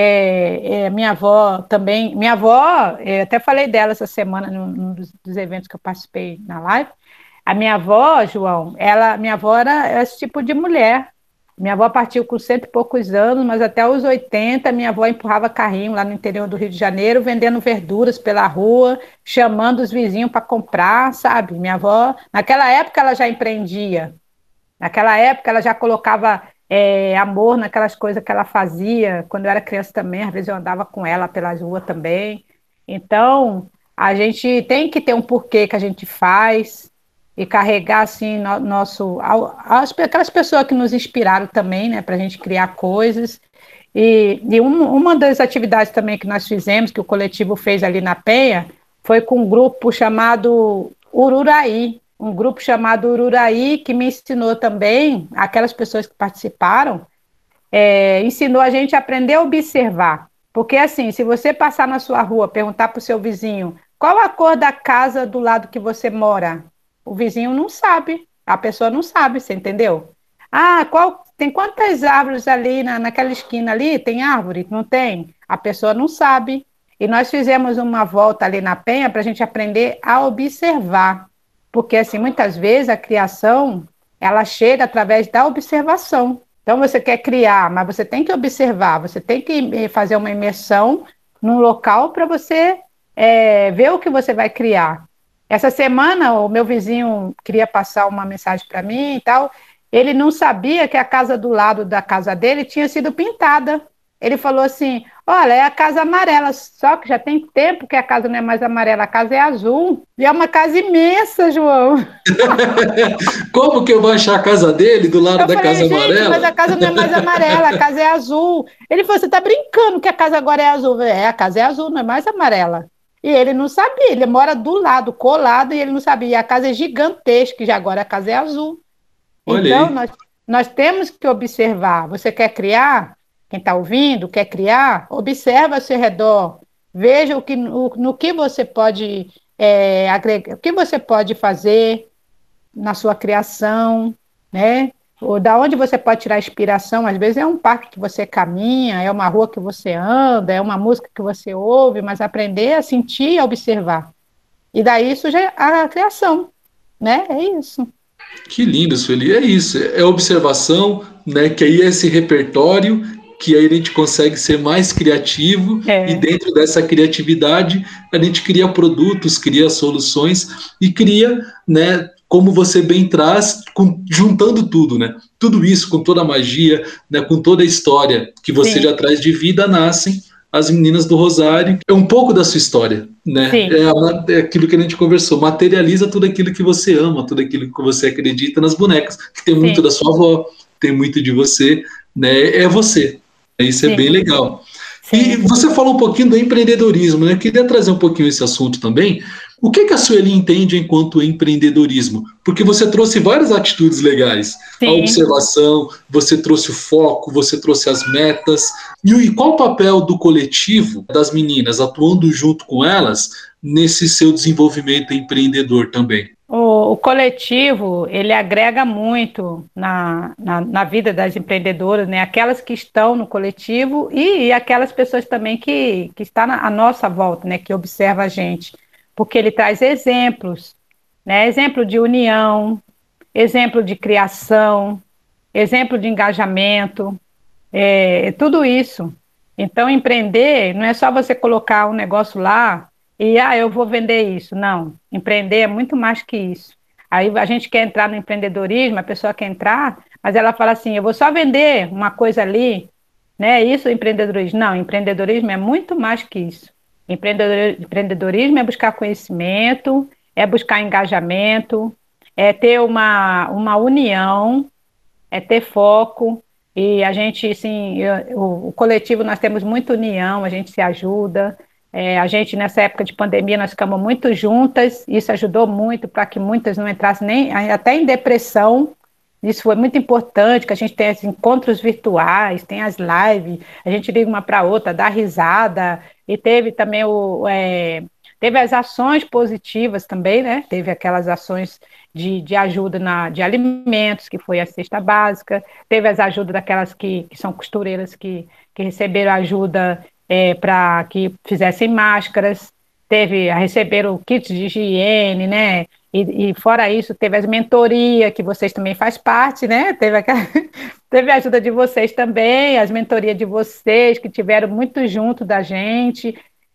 é, é, minha avó também, minha avó, é, até falei dela essa semana, num, num dos, dos eventos que eu participei na live, a minha avó, João, ela, minha avó era esse tipo de mulher. Minha avó partiu com cento e poucos anos, mas até os oitenta, minha avó empurrava carrinho lá no interior do Rio de Janeiro, vendendo verduras pela rua, chamando os vizinhos para comprar, sabe? Minha avó, naquela época, ela já empreendia. Naquela época, ela já colocava é, amor naquelas coisas que ela fazia. Quando eu era criança também, às vezes eu andava com ela pelas ruas também. Então, a gente tem que ter um porquê que a gente faz e carregar, assim, no, nosso... As, aquelas pessoas que nos inspiraram também, né, para a gente criar coisas. E, e um, uma das atividades também que nós fizemos, que o coletivo fez ali na Penha, foi com um grupo chamado Ururaí, um grupo chamado Ururaí, que me ensinou também, aquelas pessoas que participaram, é, ensinou a gente a aprender a observar. Porque, assim, se você passar na sua rua, perguntar para o seu vizinho qual a cor da casa do lado que você mora, o vizinho não sabe, a pessoa não sabe, você entendeu? Ah, qual, tem quantas árvores ali na, naquela esquina ali? Tem árvore? Não tem? A pessoa não sabe. E nós fizemos uma volta ali na Penha para a gente aprender a observar. Porque, assim, muitas vezes a criação, ela chega através da observação. Então, você quer criar, mas você tem que observar, você tem que fazer uma imersão num local para você é, ver o que você vai criar. Essa semana, o meu vizinho queria passar uma mensagem para mim e tal, ele não sabia que a casa do lado da casa dele tinha sido pintada. Ele falou assim, olha, é a casa amarela, só que já tem tempo que a casa não é mais amarela, a casa é azul. E é uma casa imensa, João. Como que eu vou achar a casa dele do lado eu da falei, casa amarela? Mas a casa não é mais amarela, a casa é azul. Ele falou, você está brincando que a casa agora é azul. Falei, é, a casa é azul, não é mais amarela. E ele não sabia, ele mora do lado, colado, e ele não sabia. E a casa é gigantesca, e agora a casa é azul. Olha então, aí. nós, nós temos que observar. Você quer criar? Quem está ouvindo, quer criar? Observa ao seu redor. Veja o que, no, no que você pode é, agregar, o que você pode fazer na sua criação, né? Ou da onde você pode tirar inspiração. Às vezes é um parque que você caminha, é uma rua que você anda, é uma música que você ouve, mas aprender a sentir e a observar. E daí surge a criação, né? É isso. Que lindo, Sueli. É isso, é observação, né? Que aí é esse repertório, que aí a gente consegue ser mais criativo É. e dentro dessa criatividade a gente cria produtos, cria soluções e cria, né? Como você bem traz, com, juntando tudo, né? Tudo isso com toda a magia, né? Com toda a história que você Sim. já traz de vida, nascem as Meninas do Rosário. É um pouco da sua história, né? É, é aquilo que a gente conversou. Materializa tudo aquilo que você ama, tudo aquilo que você acredita nas bonecas, que tem muito Sim. da sua avó, tem muito de você, né? É você. Isso Sim. é bem legal. Sim. E você falou um pouquinho do empreendedorismo, né? Eu queria trazer um pouquinho esse assunto também. O que, que a Sueli entende enquanto empreendedorismo? Porque você trouxe várias atitudes legais. Sim. A observação, você trouxe o foco, você trouxe as metas. E, e qual o papel do coletivo, das meninas, atuando junto com elas, nesse seu desenvolvimento empreendedor também? O, o coletivo, ele agrega muito na, na, na vida das empreendedoras, né? Aquelas que estão no coletivo e, e aquelas pessoas também que, que estão na, à nossa volta, né? Que observa a gente. Porque ele traz exemplos, né? Exemplo de união, exemplo de criação, exemplo de engajamento, é, tudo isso. Então, empreender não é só você colocar um negócio lá e, ah, eu vou vender isso. Não, empreender é muito mais que isso. Aí a gente quer entrar no empreendedorismo, a pessoa quer entrar, mas ela fala assim, eu vou só vender uma coisa ali, né? Isso é empreendedorismo. Não, empreendedorismo é muito mais que isso. Empreendedorismo é buscar conhecimento, é buscar engajamento, é ter uma, uma união, é ter foco. E a gente, assim, eu, o, o coletivo, nós temos muita união, a gente se ajuda. É, a gente, nessa época de pandemia, nós ficamos muito juntas, isso ajudou muito para que muitas não entrassem nem, até em depressão. Isso foi muito importante, que a gente tem esses encontros virtuais, tem as lives, a gente liga uma para outra, dá risada, e teve também o, é, teve as ações positivas também, né? Teve aquelas ações de, de ajuda na, de alimentos, que foi a cesta básica, teve as ajudas daquelas que, que são costureiras que, que receberam ajuda é, para que fizessem máscaras, teve a receberam kits de higiene, né? E, e fora isso, teve as mentorias, que vocês também fazem parte, né? Teve, aquela, teve a ajuda de vocês também, as mentorias de vocês, que tiveram muito junto da gente.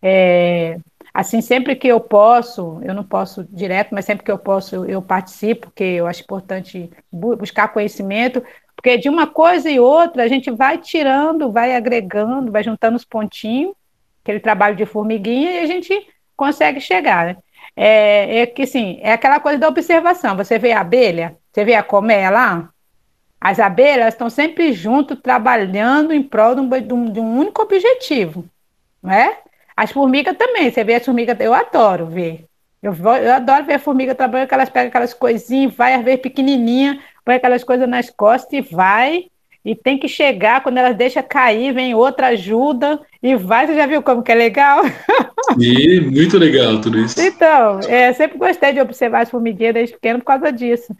É, assim, sempre que eu posso, eu não posso direto, mas sempre que eu posso, eu, eu participo, porque eu acho importante bu- buscar conhecimento, Porque de uma coisa e outra, a gente vai tirando, vai agregando, vai juntando os pontinhos, aquele trabalho de formiguinha, e a gente consegue chegar, né? É, é que, assim, é aquela coisa da observação. Você vê a abelha, você vê a colmeia lá, as abelhas estão sempre juntas, trabalhando em prol de um, de um, de um único objetivo, não é? As formigas também, você vê as formigas, eu adoro ver. Eu, vou, eu adoro ver a formiga trabalhando, que elas pegam aquelas coisinhas, vai, às vezes pequenininha, põe aquelas coisas nas costas e vai, e tem que chegar, quando elas deixam cair, vem outra ajuda, e vai, você já viu como que é legal? Sim, muito legal tudo isso. Então, é, sempre gostei de observar as formiguinhas desde pequeno por causa disso.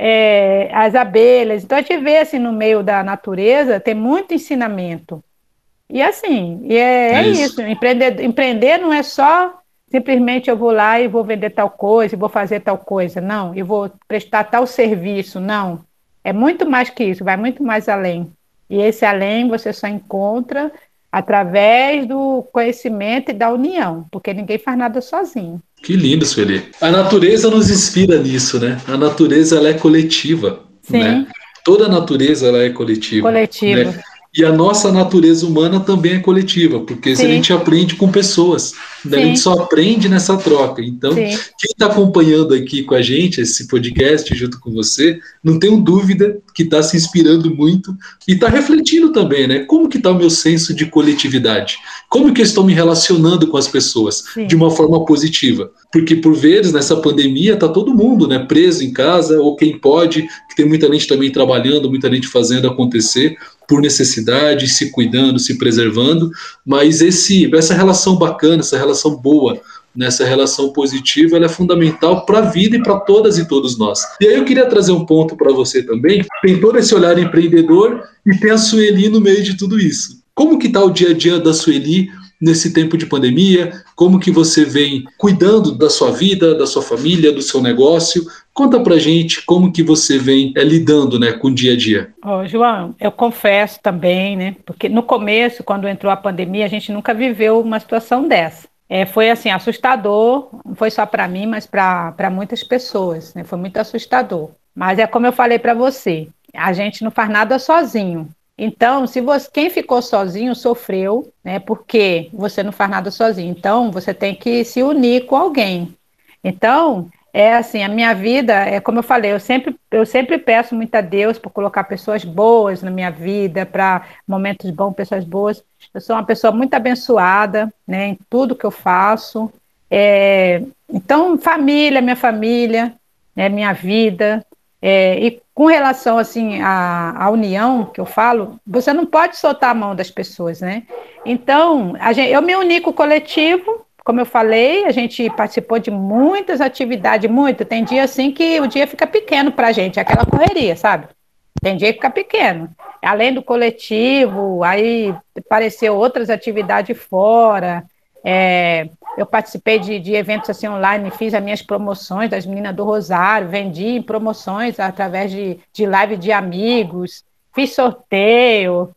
É, as abelhas, então a gente vê assim no meio da natureza, tem muito ensinamento. E assim, e é, é, é isso, isso. Empreender, empreender não é só simplesmente eu vou lá e vou vender tal coisa, e vou fazer tal coisa, não, eu vou prestar tal serviço, não. É muito mais que isso, vai muito mais além. E esse além você só encontra através do conhecimento e da união, porque ninguém faz nada sozinho. Que lindo, Sueli. A natureza nos inspira nisso, né? A natureza ela é coletiva, Sim. Né? Toda a natureza ela é coletiva. Coletiva. Né? E a nossa natureza humana também é coletiva, porque se a gente aprende com pessoas, né? A gente só aprende nessa troca. Então, Sim. quem está acompanhando aqui com a gente, esse podcast junto com você, não tenho dúvida que está se inspirando muito e está refletindo também, né? Como que está o meu senso de coletividade? Como que eu estou me relacionando com as pessoas Sim. de uma forma positiva? Porque, por vezes, nessa pandemia, está todo mundo, né, preso em casa, ou quem pode, que tem muita gente também trabalhando, muita gente fazendo acontecer, por necessidade, se cuidando, se preservando, mas esse, essa relação bacana, essa relação boa, nessa relação positiva, ela é fundamental para a vida e para todas e todos nós. E aí eu queria trazer um ponto para você também, tem todo esse olhar empreendedor e tem a Sueli no meio de tudo isso. Como que está o dia a dia da Sueli nesse tempo de pandemia? Como que você vem cuidando da sua vida, da sua família, do seu negócio? Conta pra gente como que você vem é, lidando, né, com o dia a dia. Oh, João, eu confesso também, né, porque no começo, quando entrou a pandemia, a gente nunca viveu uma situação dessa. É, foi assim, assustador, não foi só para mim, mas para muitas pessoas, né, foi muito assustador. Mas é como eu falei para você, a gente não faz nada sozinho. Então, se você, quem ficou sozinho sofreu, né, porque você não faz nada sozinho. Então, você tem que se unir com alguém. Então, é assim, a minha vida, é como eu falei, eu sempre, eu sempre peço muito a Deus por colocar pessoas boas na minha vida, para momentos bons, pessoas boas. Eu sou uma pessoa muito abençoada, né, em tudo que eu faço. É, então, família, minha família, né, minha vida. É, e com relação assim à, à união que eu falo, você não pode soltar a mão das pessoas, né? Então, a gente, eu me uni com o coletivo, como eu falei, a gente participou de muitas atividades, muito. Tem dia assim que o dia fica pequeno para a gente, aquela correria, sabe? Tem dia que fica pequeno. Além do coletivo, aí apareceu outras atividades fora. É, eu participei de, de eventos assim online, fiz as minhas promoções das meninas do Rosário, vendi em promoções através de, de live de amigos, fiz sorteio,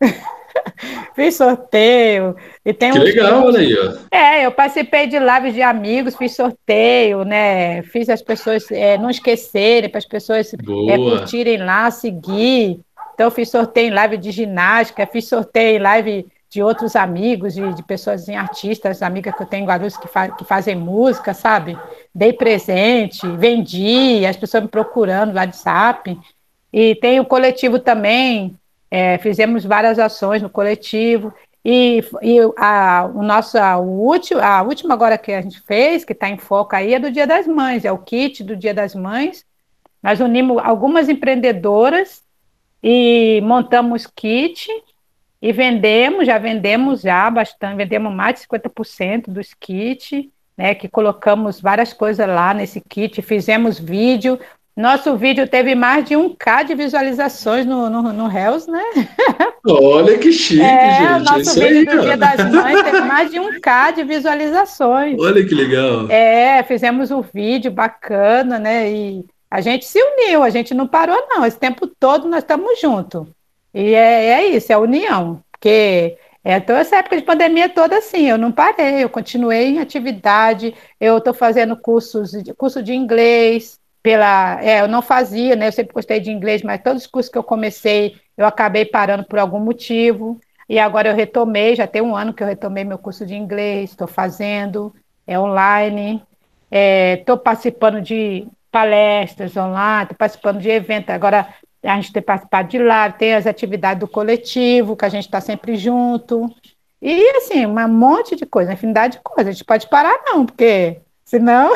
fiz sorteio. E tem que uns, legal, olha aí, ó. É, eu participei de lives de amigos, fiz sorteio, né? Fiz as pessoas é, não esquecerem, para as pessoas é, curtirem lá, seguir. Então, eu fiz sorteio em live de ginástica, fiz sorteio em live de outros amigos, de, de pessoas assim, artistas, amigas que eu tenho em Guarulhos que, fa que fazem música, sabe? Dei presente, vendi, as pessoas me procurando no WhatsApp. E tem o coletivo também, é, fizemos várias ações no coletivo. E, e a, o nosso, a, o último, a última agora que a gente fez, que está em foco aí, é do Dia das Mães, é o kit do Dia das Mães. Nós unimos algumas empreendedoras e montamos kit. E vendemos, já vendemos já bastante, vendemos mais de cinquenta por cento dos kits, né, que colocamos várias coisas lá nesse kit, fizemos vídeo. Nosso vídeo teve mais de um K de visualizações no, no, no Reels, né? Olha que chique, é, gente. O nosso é vídeo aí, do ó. Dia das Mães teve mais de um K de visualizações. Olha que legal. É, fizemos um vídeo bacana, né? E a gente se uniu, a gente não parou, não. Esse tempo todo nós estamos juntos. E é, é isso, é a união, porque é, toda essa época de pandemia toda assim, eu não parei, eu continuei em atividade, eu estou fazendo cursos, curso de inglês, pela, é, eu não fazia, né, eu sempre gostei de inglês, mas todos os cursos que eu comecei, eu acabei parando por algum motivo, e agora eu retomei, já tem um ano que eu retomei meu curso de inglês, estou fazendo, é online, estou é, participando de palestras online, estou participando de eventos, agora a gente tem participado de lá, tem as atividades do coletivo, que a gente está sempre junto, e assim, um monte de coisa, uma infinidade de coisas, a gente pode parar não, porque senão...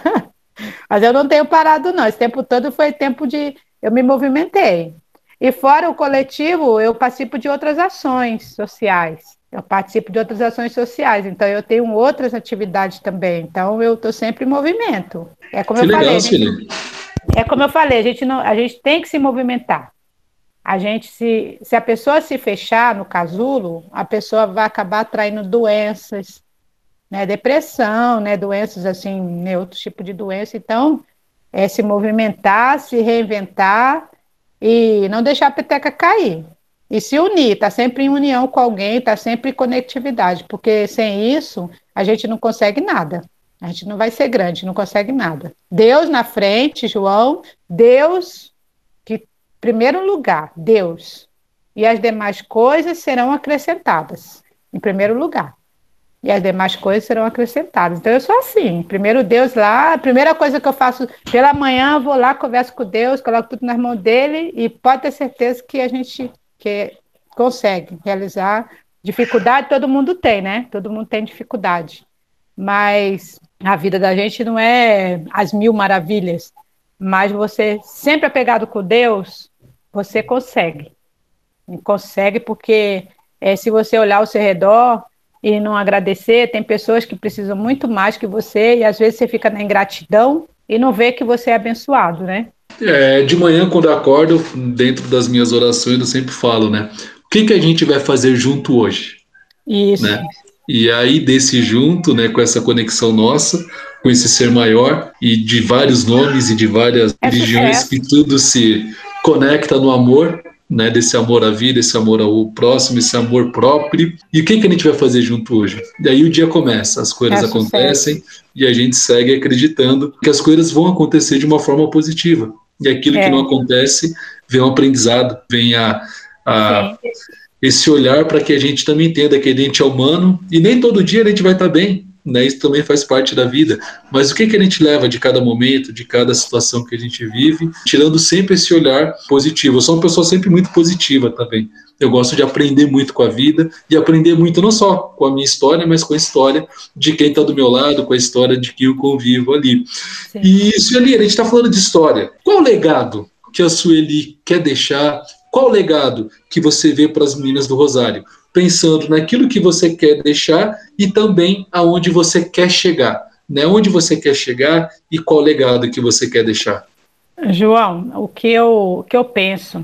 Mas eu não tenho parado não, esse tempo todo foi tempo de... eu me movimentei. E fora o coletivo, eu participo de outras ações sociais. Eu participo de outras ações sociais, então eu tenho outras atividades também. Então eu estou sempre em movimento. É como que eu legal, falei. Sueli. É como eu falei, a gente, não, a gente tem que se movimentar. A gente se, se a pessoa se fechar no casulo, a pessoa vai acabar atraindo doenças, né, depressão, né, doenças assim, né, outro tipo de doença. Então, é se movimentar, se reinventar e não deixar a peteca cair. E se unir, estar tá sempre em união com alguém, estar tá sempre em conectividade, porque sem isso a gente não consegue nada. A gente não vai ser grande, não consegue nada. Deus na frente, João, Deus, que primeiro lugar, Deus. E as demais coisas serão acrescentadas, em primeiro lugar. E as demais coisas serão acrescentadas. Então, eu sou assim, primeiro Deus lá, a primeira coisa que eu faço pela manhã, eu vou lá, converso com Deus, coloco tudo nas mãos dele, e pode ter certeza que a gente que consegue realizar. Dificuldade todo mundo tem, né? Todo mundo tem dificuldade. Mas a vida da gente não é as mil maravilhas, mas você sempre apegado com Deus, você consegue. Consegue porque é, se você olhar ao seu redor e não agradecer, tem pessoas que precisam muito mais que você e às vezes você fica na ingratidão e não vê que você é abençoado, né? É, de manhã, quando eu acordo, dentro das minhas orações, eu sempre falo, né? O que, que a gente vai fazer junto hoje? Isso. Né? E aí, desse junto, né, com essa conexão nossa, com esse ser maior e de vários nomes e de várias é religiões sucesso. Que tudo se conecta no amor, né, desse amor à vida, esse amor ao próximo, esse amor próprio. E o que, que a gente vai fazer junto hoje? E aí o dia começa, as coisas é acontecem sucesso. E a gente segue acreditando que as coisas vão acontecer de uma forma positiva. E aquilo é. que não acontece, vem um aprendizado, vem a, a esse olhar para que a gente também entenda que a gente é humano e nem todo dia a gente vai estar bem, né? Isso também faz parte da vida. Mas o que, que a gente leva de cada momento, de cada situação que a gente vive, tirando sempre esse olhar positivo. Eu sou uma pessoa sempre muito positiva também. Eu gosto de aprender muito com a vida e aprender muito não só com a minha história, mas com a história de quem está do meu lado, com a história de quem eu convivo ali. Sim. E, Sueli, a gente está falando de história. Qual o legado que a Sueli quer deixar? Qual o legado que você vê para as meninas do Rosário? Pensando naquilo que você quer deixar e também aonde você quer chegar. Né? Onde você quer chegar e qual o legado que você quer deixar? João, o que eu, o que eu penso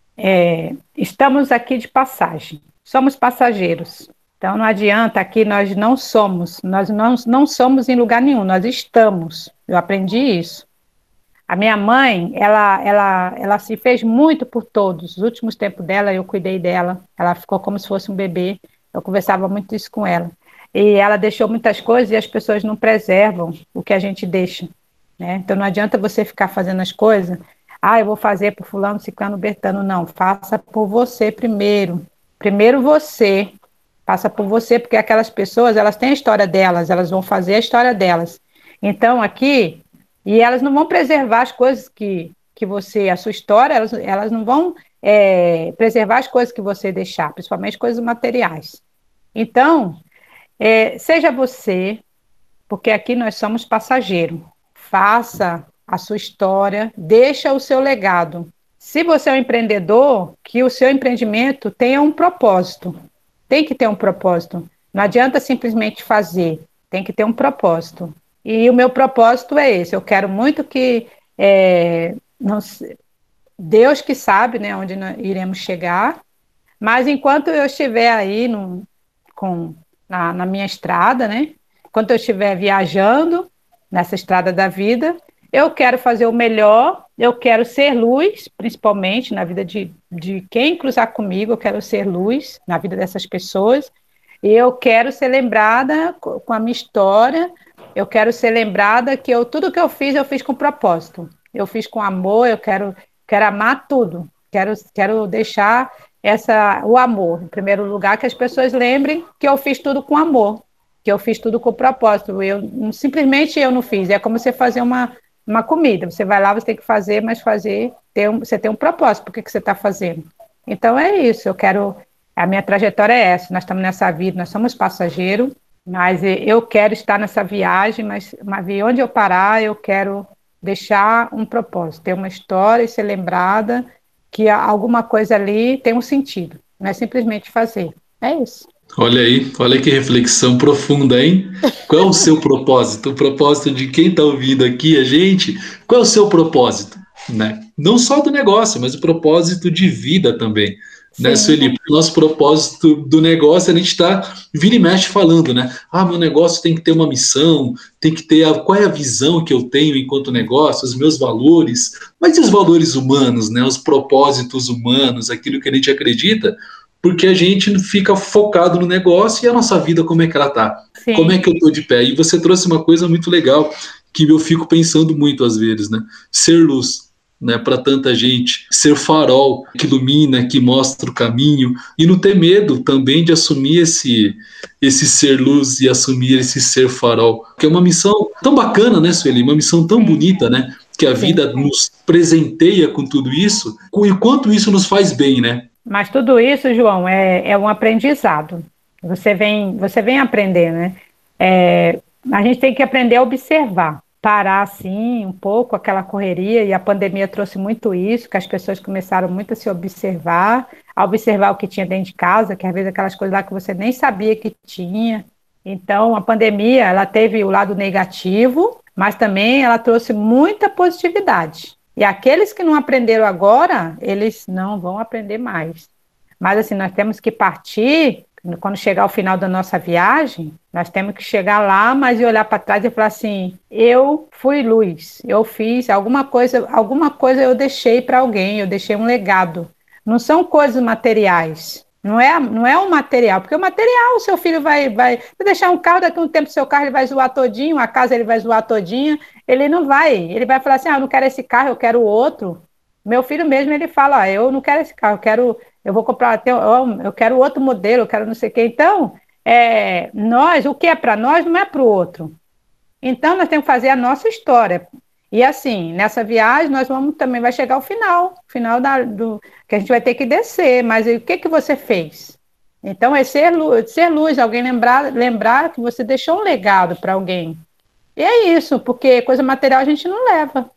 é, estamos aqui de passagem, somos passageiros. Então não adianta, aqui nós não somos, nós não, não somos em lugar nenhum, nós estamos. Eu aprendi isso. A minha mãe, ela, ela, ela se fez muito por todos. Os últimos tempos dela, eu cuidei dela. Ela ficou como se fosse um bebê. Eu conversava muito isso com ela. E ela deixou muitas coisas e as pessoas não preservam o que a gente deixa. Né? Então não adianta você ficar fazendo as coisas. Ah, eu vou fazer por fulano, ciclano, bertano. Não, faça por você primeiro. Primeiro você. Faça por você, porque aquelas pessoas, elas têm a história delas. Elas vão fazer a história delas. Então aqui... E elas não vão preservar as coisas que, que você, a sua história, elas, elas não vão é, preservar as coisas que você deixar, principalmente coisas materiais. Então, é, seja você, porque aqui nós somos passageiros, faça a sua história, deixa o seu legado. Se você é um empreendedor, que o seu empreendimento tenha um propósito, tem que ter um propósito. Não adianta simplesmente fazer, tem que ter um propósito. E o meu propósito é esse, eu quero muito que, é, não sei, Deus que sabe, né, onde nós iremos chegar, mas enquanto eu estiver aí no, com, na, na minha estrada, né, enquanto eu estiver viajando nessa estrada da vida, eu quero fazer o melhor, eu quero ser luz, principalmente na vida de, de quem cruzar comigo, eu quero ser luz na vida dessas pessoas, e eu quero ser lembrada com a minha história. Eu quero ser lembrada que eu, tudo que eu fiz, eu fiz com propósito. Eu fiz com amor, eu quero, quero amar tudo. Quero, quero deixar essa, o amor, em primeiro lugar, que as pessoas lembrem que eu fiz tudo com amor, que eu fiz tudo com propósito. Eu, simplesmente eu não fiz. É como você fazer uma, uma comida. Você vai lá, você tem que fazer, mas fazer, ter um, você tem um propósito. Por que, que você está fazendo? Então é isso. Eu quero. A minha trajetória é essa. Nós estamos nessa vida, nós somos passageiros, mas eu quero estar nessa viagem, mas, mas onde eu parar, eu quero deixar um propósito, ter uma história e ser lembrada que alguma coisa ali tem um sentido. Não é simplesmente fazer. É isso. Olha aí, olha que reflexão profunda, hein? Qual é o seu propósito? O propósito de quem está ouvindo aqui, a gente, qual é o seu propósito? Né? Não só do negócio, mas o propósito de vida também. Sim. Né, Sueli? O nosso propósito do negócio, a gente está vira e mexe falando, né? Ah, meu negócio tem que ter uma missão, tem que ter a, qual é a visão que eu tenho enquanto negócio, os meus valores, mas e os valores humanos, né? Os propósitos humanos, aquilo que a gente acredita, porque a gente fica focado no negócio e a nossa vida, como é que ela tá? Sim. Como é que eu tô de pé? E você trouxe uma coisa muito legal, que eu fico pensando muito às vezes, né? Ser luz, né, para tanta gente, ser farol que ilumina, que mostra o caminho, e não ter medo também de assumir esse, esse ser luz e assumir esse ser farol, que é uma missão tão bacana, né, Sueli? Uma missão tão bonita, né? Que a Sim. vida nos presenteia com tudo isso, e quanto isso nos faz bem, né? Mas tudo isso, João, é, é um aprendizado. Você vem, você vem aprender, né? É, a gente tem que aprender a observar, parar assim um pouco aquela correria, e a pandemia trouxe muito isso, que as pessoas começaram muito a se observar, a observar o que tinha dentro de casa, que às vezes aquelas coisas lá que você nem sabia que tinha. Então, a pandemia, ela teve o lado negativo, mas também ela trouxe muita positividade. E aqueles que não aprenderam agora, eles não vão aprender mais. Mas assim, nós temos que partir, quando chegar ao final da nossa viagem, nós temos que chegar lá, mas e olhar para trás e falar assim, eu fui luz, eu fiz alguma coisa, alguma coisa eu deixei para alguém, eu deixei um legado. Não são coisas materiais, não é, não é um material, porque o material, o seu filho vai, vai se deixar um carro, daqui a um tempo o seu carro ele vai zoar todinho, a casa ele vai zoar todinha, ele não vai, ele vai falar assim, ah, eu não quero esse carro, eu quero outro. Meu filho mesmo, ele fala, ah, eu não quero esse carro, eu quero, eu vou comprar, eu, eu quero outro modelo, eu quero não sei o quê. Então, é, nós, o que é para nós não é para o outro. Então, nós temos que fazer a nossa história. E assim, nessa viagem, nós vamos também, vai chegar o final, final da, do, que a gente vai ter que descer, mas o que, que você fez? Então, é ser luz, ser luz, alguém lembrar, lembrar que você deixou um legado para alguém. E é isso, porque coisa material a gente não leva.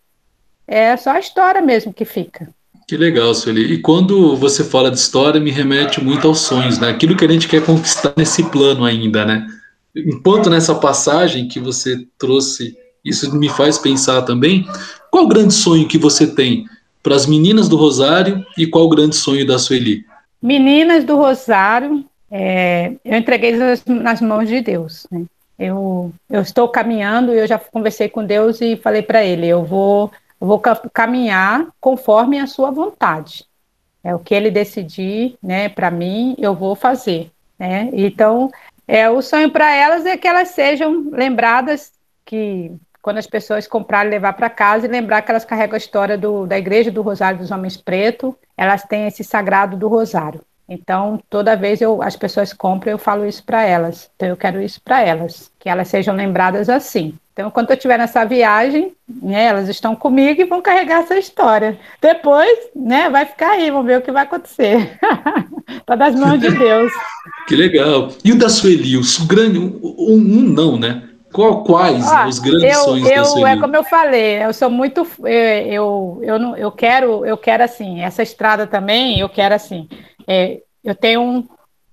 É só a história mesmo que fica. Que legal, Sueli. E quando você fala de história, me remete muito aos sonhos, né? Aquilo que a gente quer conquistar nesse plano ainda, né? Enquanto nessa passagem que você trouxe, isso me faz pensar também, qual o grande sonho que você tem para as meninas do Rosário e qual o grande sonho da Sueli? Meninas do Rosário, é, eu entreguei nas, nas mãos de Deus, né? Eu, eu estou caminhando, eu já conversei com Deus e falei para ele, eu vou, eu vou caminhar conforme a sua vontade. É o que ele decidir, né, para mim, eu vou fazer, né? Então, é, o sonho para elas é que elas sejam lembradas, que quando as pessoas comprarem, levar para casa e lembrar que elas carregam a história do, da Igreja do Rosário dos Homens Pretos, elas têm esse sagrado do Rosário. Então, toda vez eu, as pessoas compram, eu falo isso para elas. Então, eu quero isso para elas, que elas sejam lembradas assim. Então, quando eu estiver nessa viagem, né, elas estão comigo e vão carregar essa história. Depois, né, vai ficar aí, vamos ver o que vai acontecer. Está das mãos de Deus. Que legal. E o da Sueli, o grande, um, um não, né? Qual, quais Ó, os grandes eu, sonhos eu, da Sueli? É como eu falei, eu sou muito, eu, eu, eu, não, eu quero, eu quero assim, essa estrada também, eu quero assim, é, eu tenho um,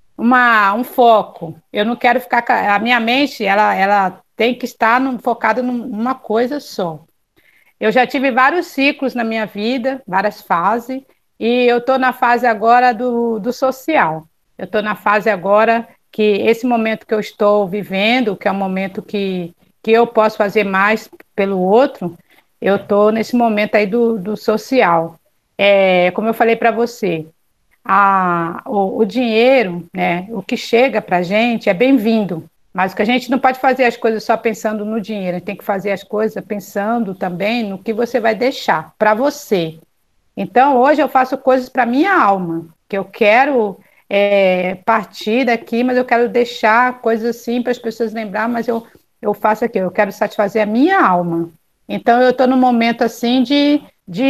uma, um foco, eu não quero ficar, a minha mente, ela, ela tem que estar no, focada numa coisa só. Eu já tive vários ciclos na minha vida, várias fases, e eu estou na fase agora do, do social, eu estou na fase agora que esse momento que eu estou vivendo, que é um momento que, que eu posso fazer mais pelo outro, eu estou nesse momento aí do, do social. É, como eu falei para você, a, o, o dinheiro, né, o que chega para a gente é bem-vindo, mas que a gente não pode fazer as coisas só pensando no dinheiro, a gente tem que fazer as coisas pensando também no que você vai deixar para você. Então, hoje eu faço coisas para minha alma, que eu quero é, partir daqui, mas eu quero deixar coisas assim para as pessoas lembrar, mas eu, eu faço aqui, eu quero satisfazer a minha alma. Então, eu estou num momento assim de,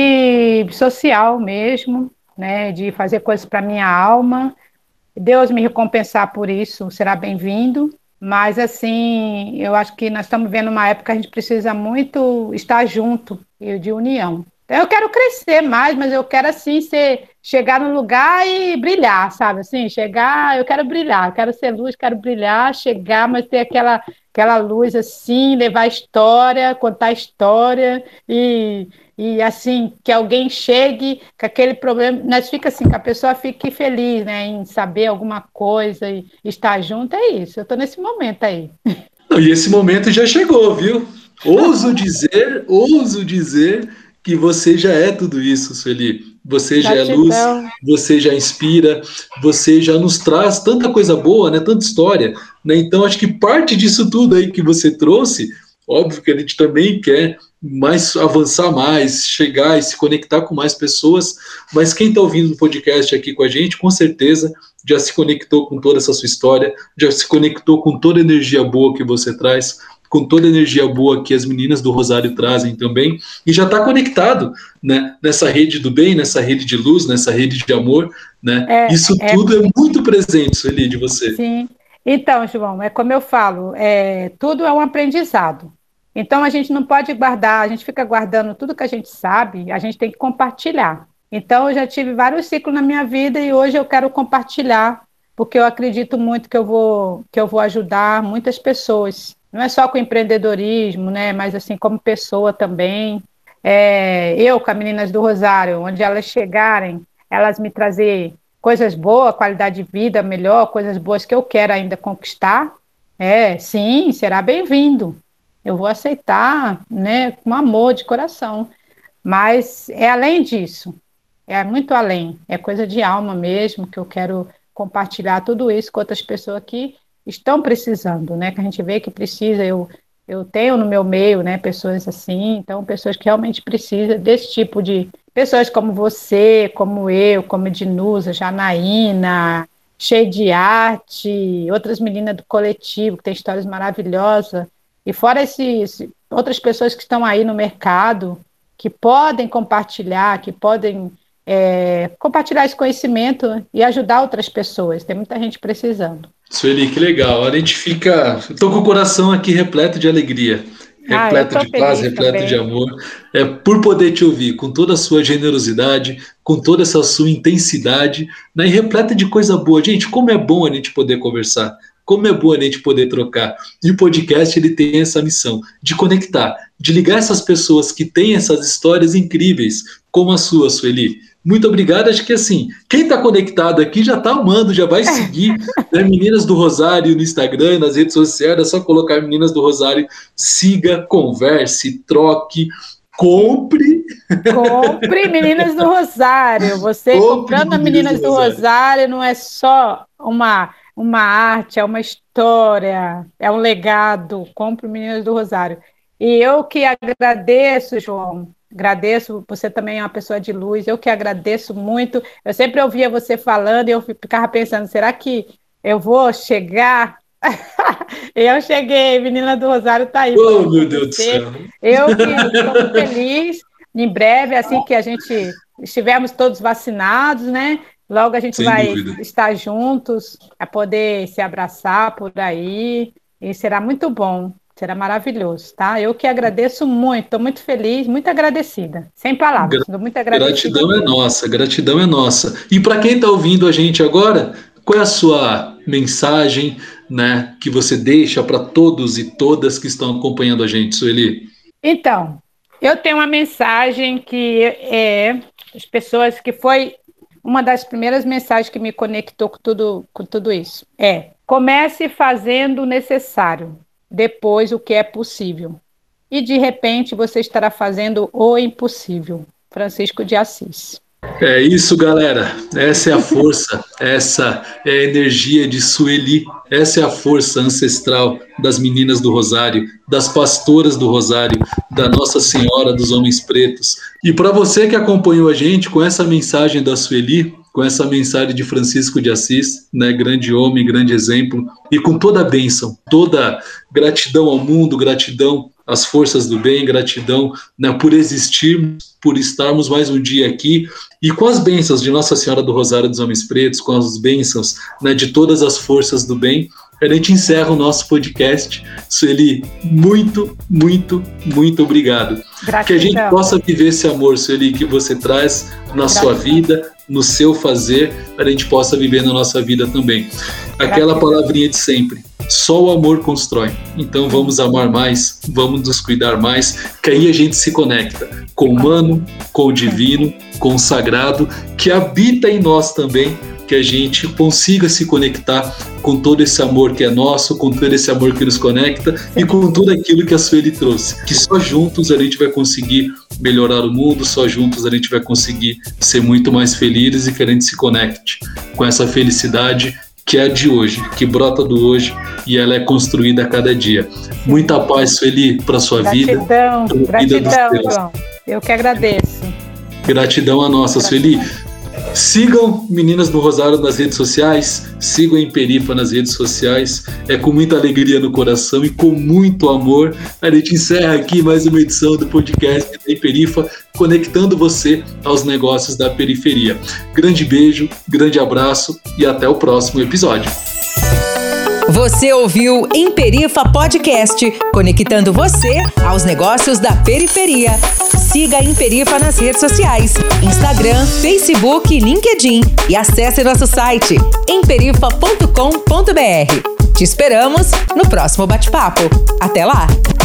de social mesmo, né, de fazer coisas para minha alma. Deus me recompensar por isso, será bem-vindo. Mas, assim, eu acho que nós estamos vendo uma época que a gente precisa muito estar junto e de união. Então, eu quero crescer mais, mas eu quero, assim, ser, chegar no lugar e brilhar, sabe? Assim, chegar, eu quero brilhar, eu quero ser luz, quero brilhar, chegar, mas ter aquela, aquela luz, assim, levar história, contar história e... E assim, que alguém chegue com aquele problema, nós fica assim, que a pessoa fique feliz, né, em saber alguma coisa e estar junto, é isso. Eu estou nesse momento aí. E esse momento já chegou, viu? Ouso dizer, ouso dizer que você já é tudo isso, Sueli. Você já Gratidão. é luz, você já inspira, você já nos traz tanta coisa boa, né? Tanta história, né? Então, acho que parte disso tudo aí que você trouxe, óbvio que a gente também quer mais avançar mais, chegar e se conectar com mais pessoas, mas quem está ouvindo o podcast aqui com a gente, com certeza já se conectou com toda essa sua história, já se conectou com toda a energia boa que você traz, com toda a energia boa que as meninas do Rosário trazem também, e já está conectado, né, nessa rede do bem, nessa rede de luz, nessa rede de amor, né? É, Isso é, tudo é muito presente, Sueli, de você. Sim. Então, João, é como eu falo, é, tudo é um aprendizado. Então, a gente não pode guardar, a gente fica guardando tudo que a gente sabe, a gente tem que compartilhar. Então, eu já tive vários ciclos na minha vida e hoje eu quero compartilhar, porque eu acredito muito que eu vou, que eu vou ajudar muitas pessoas. Não é só com empreendedorismo, né, mas assim, como pessoa também. É, eu, com as meninas do Rosário, onde elas chegarem, elas me trazerem coisas boas, qualidade de vida melhor, coisas boas que eu quero ainda conquistar, é, sim, será bem-vindo. Eu vou aceitar, né, com amor de coração. Mas é além disso, é muito além, é coisa de alma mesmo, que eu quero compartilhar tudo isso com outras pessoas que estão precisando, né, que a gente vê que precisa, eu, eu tenho no meu meio, né, pessoas assim, então pessoas que realmente precisam desse tipo de, pessoas como você, como eu, como Ednusa, Janaína, cheia de arte, outras meninas do coletivo, que tem histórias maravilhosas, e fora esses, outras pessoas que estão aí no mercado, que podem compartilhar, que podem é, compartilhar esse conhecimento e ajudar outras pessoas. Tem muita gente precisando. Sueli, que legal. A gente fica... Estou com o coração aqui repleto de alegria, repleto ah, de paz, repleto também. de amor. É por poder te ouvir, com toda a sua generosidade, com toda essa sua intensidade, né, e repleta de coisa boa. Gente, como é bom a gente poder conversar. Como é bom a gente poder trocar. E o podcast ele tem essa missão de conectar, de ligar essas pessoas que têm essas histórias incríveis, como a sua, Sueli. Muito obrigado. Acho que assim, quem está conectado aqui já está amando, já vai seguir, né, Meninas do Rosário no Instagram, nas redes sociais, é só colocar Meninas do Rosário, siga, converse, troque, compre. Compre Meninas do Rosário. Você compre comprando a Meninas do Rosário. do Rosário não é só uma... uma arte, é uma história, é um legado. Compre Meninas do Rosário. E eu que agradeço, João, agradeço, você também é uma pessoa de luz, eu que agradeço muito. Eu sempre ouvia você falando e eu ficava pensando, será que eu vou chegar? E eu cheguei, Menina do Rosário está aí. Oh, meu Deus do céu. Eu que estou muito feliz, em breve, assim que a gente estivermos todos vacinados, né? Logo a gente Sem vai dúvida. estar juntos, a poder se abraçar por aí, e será muito bom, será maravilhoso, tá? Eu que agradeço muito, estou muito feliz, muito agradecida, sem palavras, estou muito agradecida. Gratidão é nossa, gratidão é nossa. E para quem está ouvindo a gente agora, qual é a sua mensagem, né, que você deixa para todos e todas que estão acompanhando a gente, Sueli? Então, eu tenho uma mensagem que é as pessoas que foi uma das primeiras mensagens que me conectou com tudo, com tudo isso. É, comece fazendo o necessário, depois o que é possível. E, de repente, você estará fazendo o impossível. Francisco de Assis. É isso, galera. Essa é a força, essa é a energia de Sueli, essa é a força ancestral das meninas do Rosário, das pastoras do Rosário, da Nossa Senhora dos Homens Pretos. E para você que acompanhou a gente com essa mensagem da Sueli, com essa mensagem de Francisco de Assis, né, grande homem, grande exemplo, e com toda a bênção, toda gratidão ao mundo, gratidão às forças do bem, gratidão, né, por existirmos, por estarmos mais um dia aqui, e com as bênçãos de Nossa Senhora do Rosário dos Homens Pretos, com as bênçãos, né, de todas as forças do bem, a gente encerra o nosso podcast. Sueli, muito, muito, muito obrigado. Gratidão. Que a gente possa viver esse amor, Sueli, que você traz na Gratidão. Sua vida, no seu fazer, a gente possa viver na nossa vida também. Aquela Gratidão. Palavrinha de sempre, só o amor constrói. Então vamos amar mais, vamos nos cuidar mais, que aí a gente se conecta com o humano, com o divino, com o sagrado, que habita em nós também, que a gente consiga se conectar com todo esse amor que é nosso, com todo esse amor que nos conecta e com tudo aquilo que a Sueli trouxe. Que só juntos a gente vai conseguir melhorar o mundo, só juntos a gente vai conseguir ser muito mais felizes e que a gente se conecte com essa felicidade que é a de hoje, que brota do hoje e ela é construída a cada dia. Muita paz, Sueli, para sua gratidão, vida. Gratidão, vida João. Eu que agradeço. Gratidão a nossa, Sueli. Sigam Meninas do Rosário nas redes sociais, sigam a Imperifa nas redes sociais. É com muita alegria no coração e com muito amor a gente encerra aqui mais uma edição do podcast da Imperifa, conectando você aos negócios da periferia. Grande beijo, grande abraço e até o próximo episódio. Você ouviu Imperifa Podcast, conectando você aos negócios da periferia. Siga a Imperifa nas redes sociais, Instagram, Facebook e LinkedIn. E acesse nosso site, imperifa ponto com ponto br. Te esperamos no próximo bate-papo. Até lá!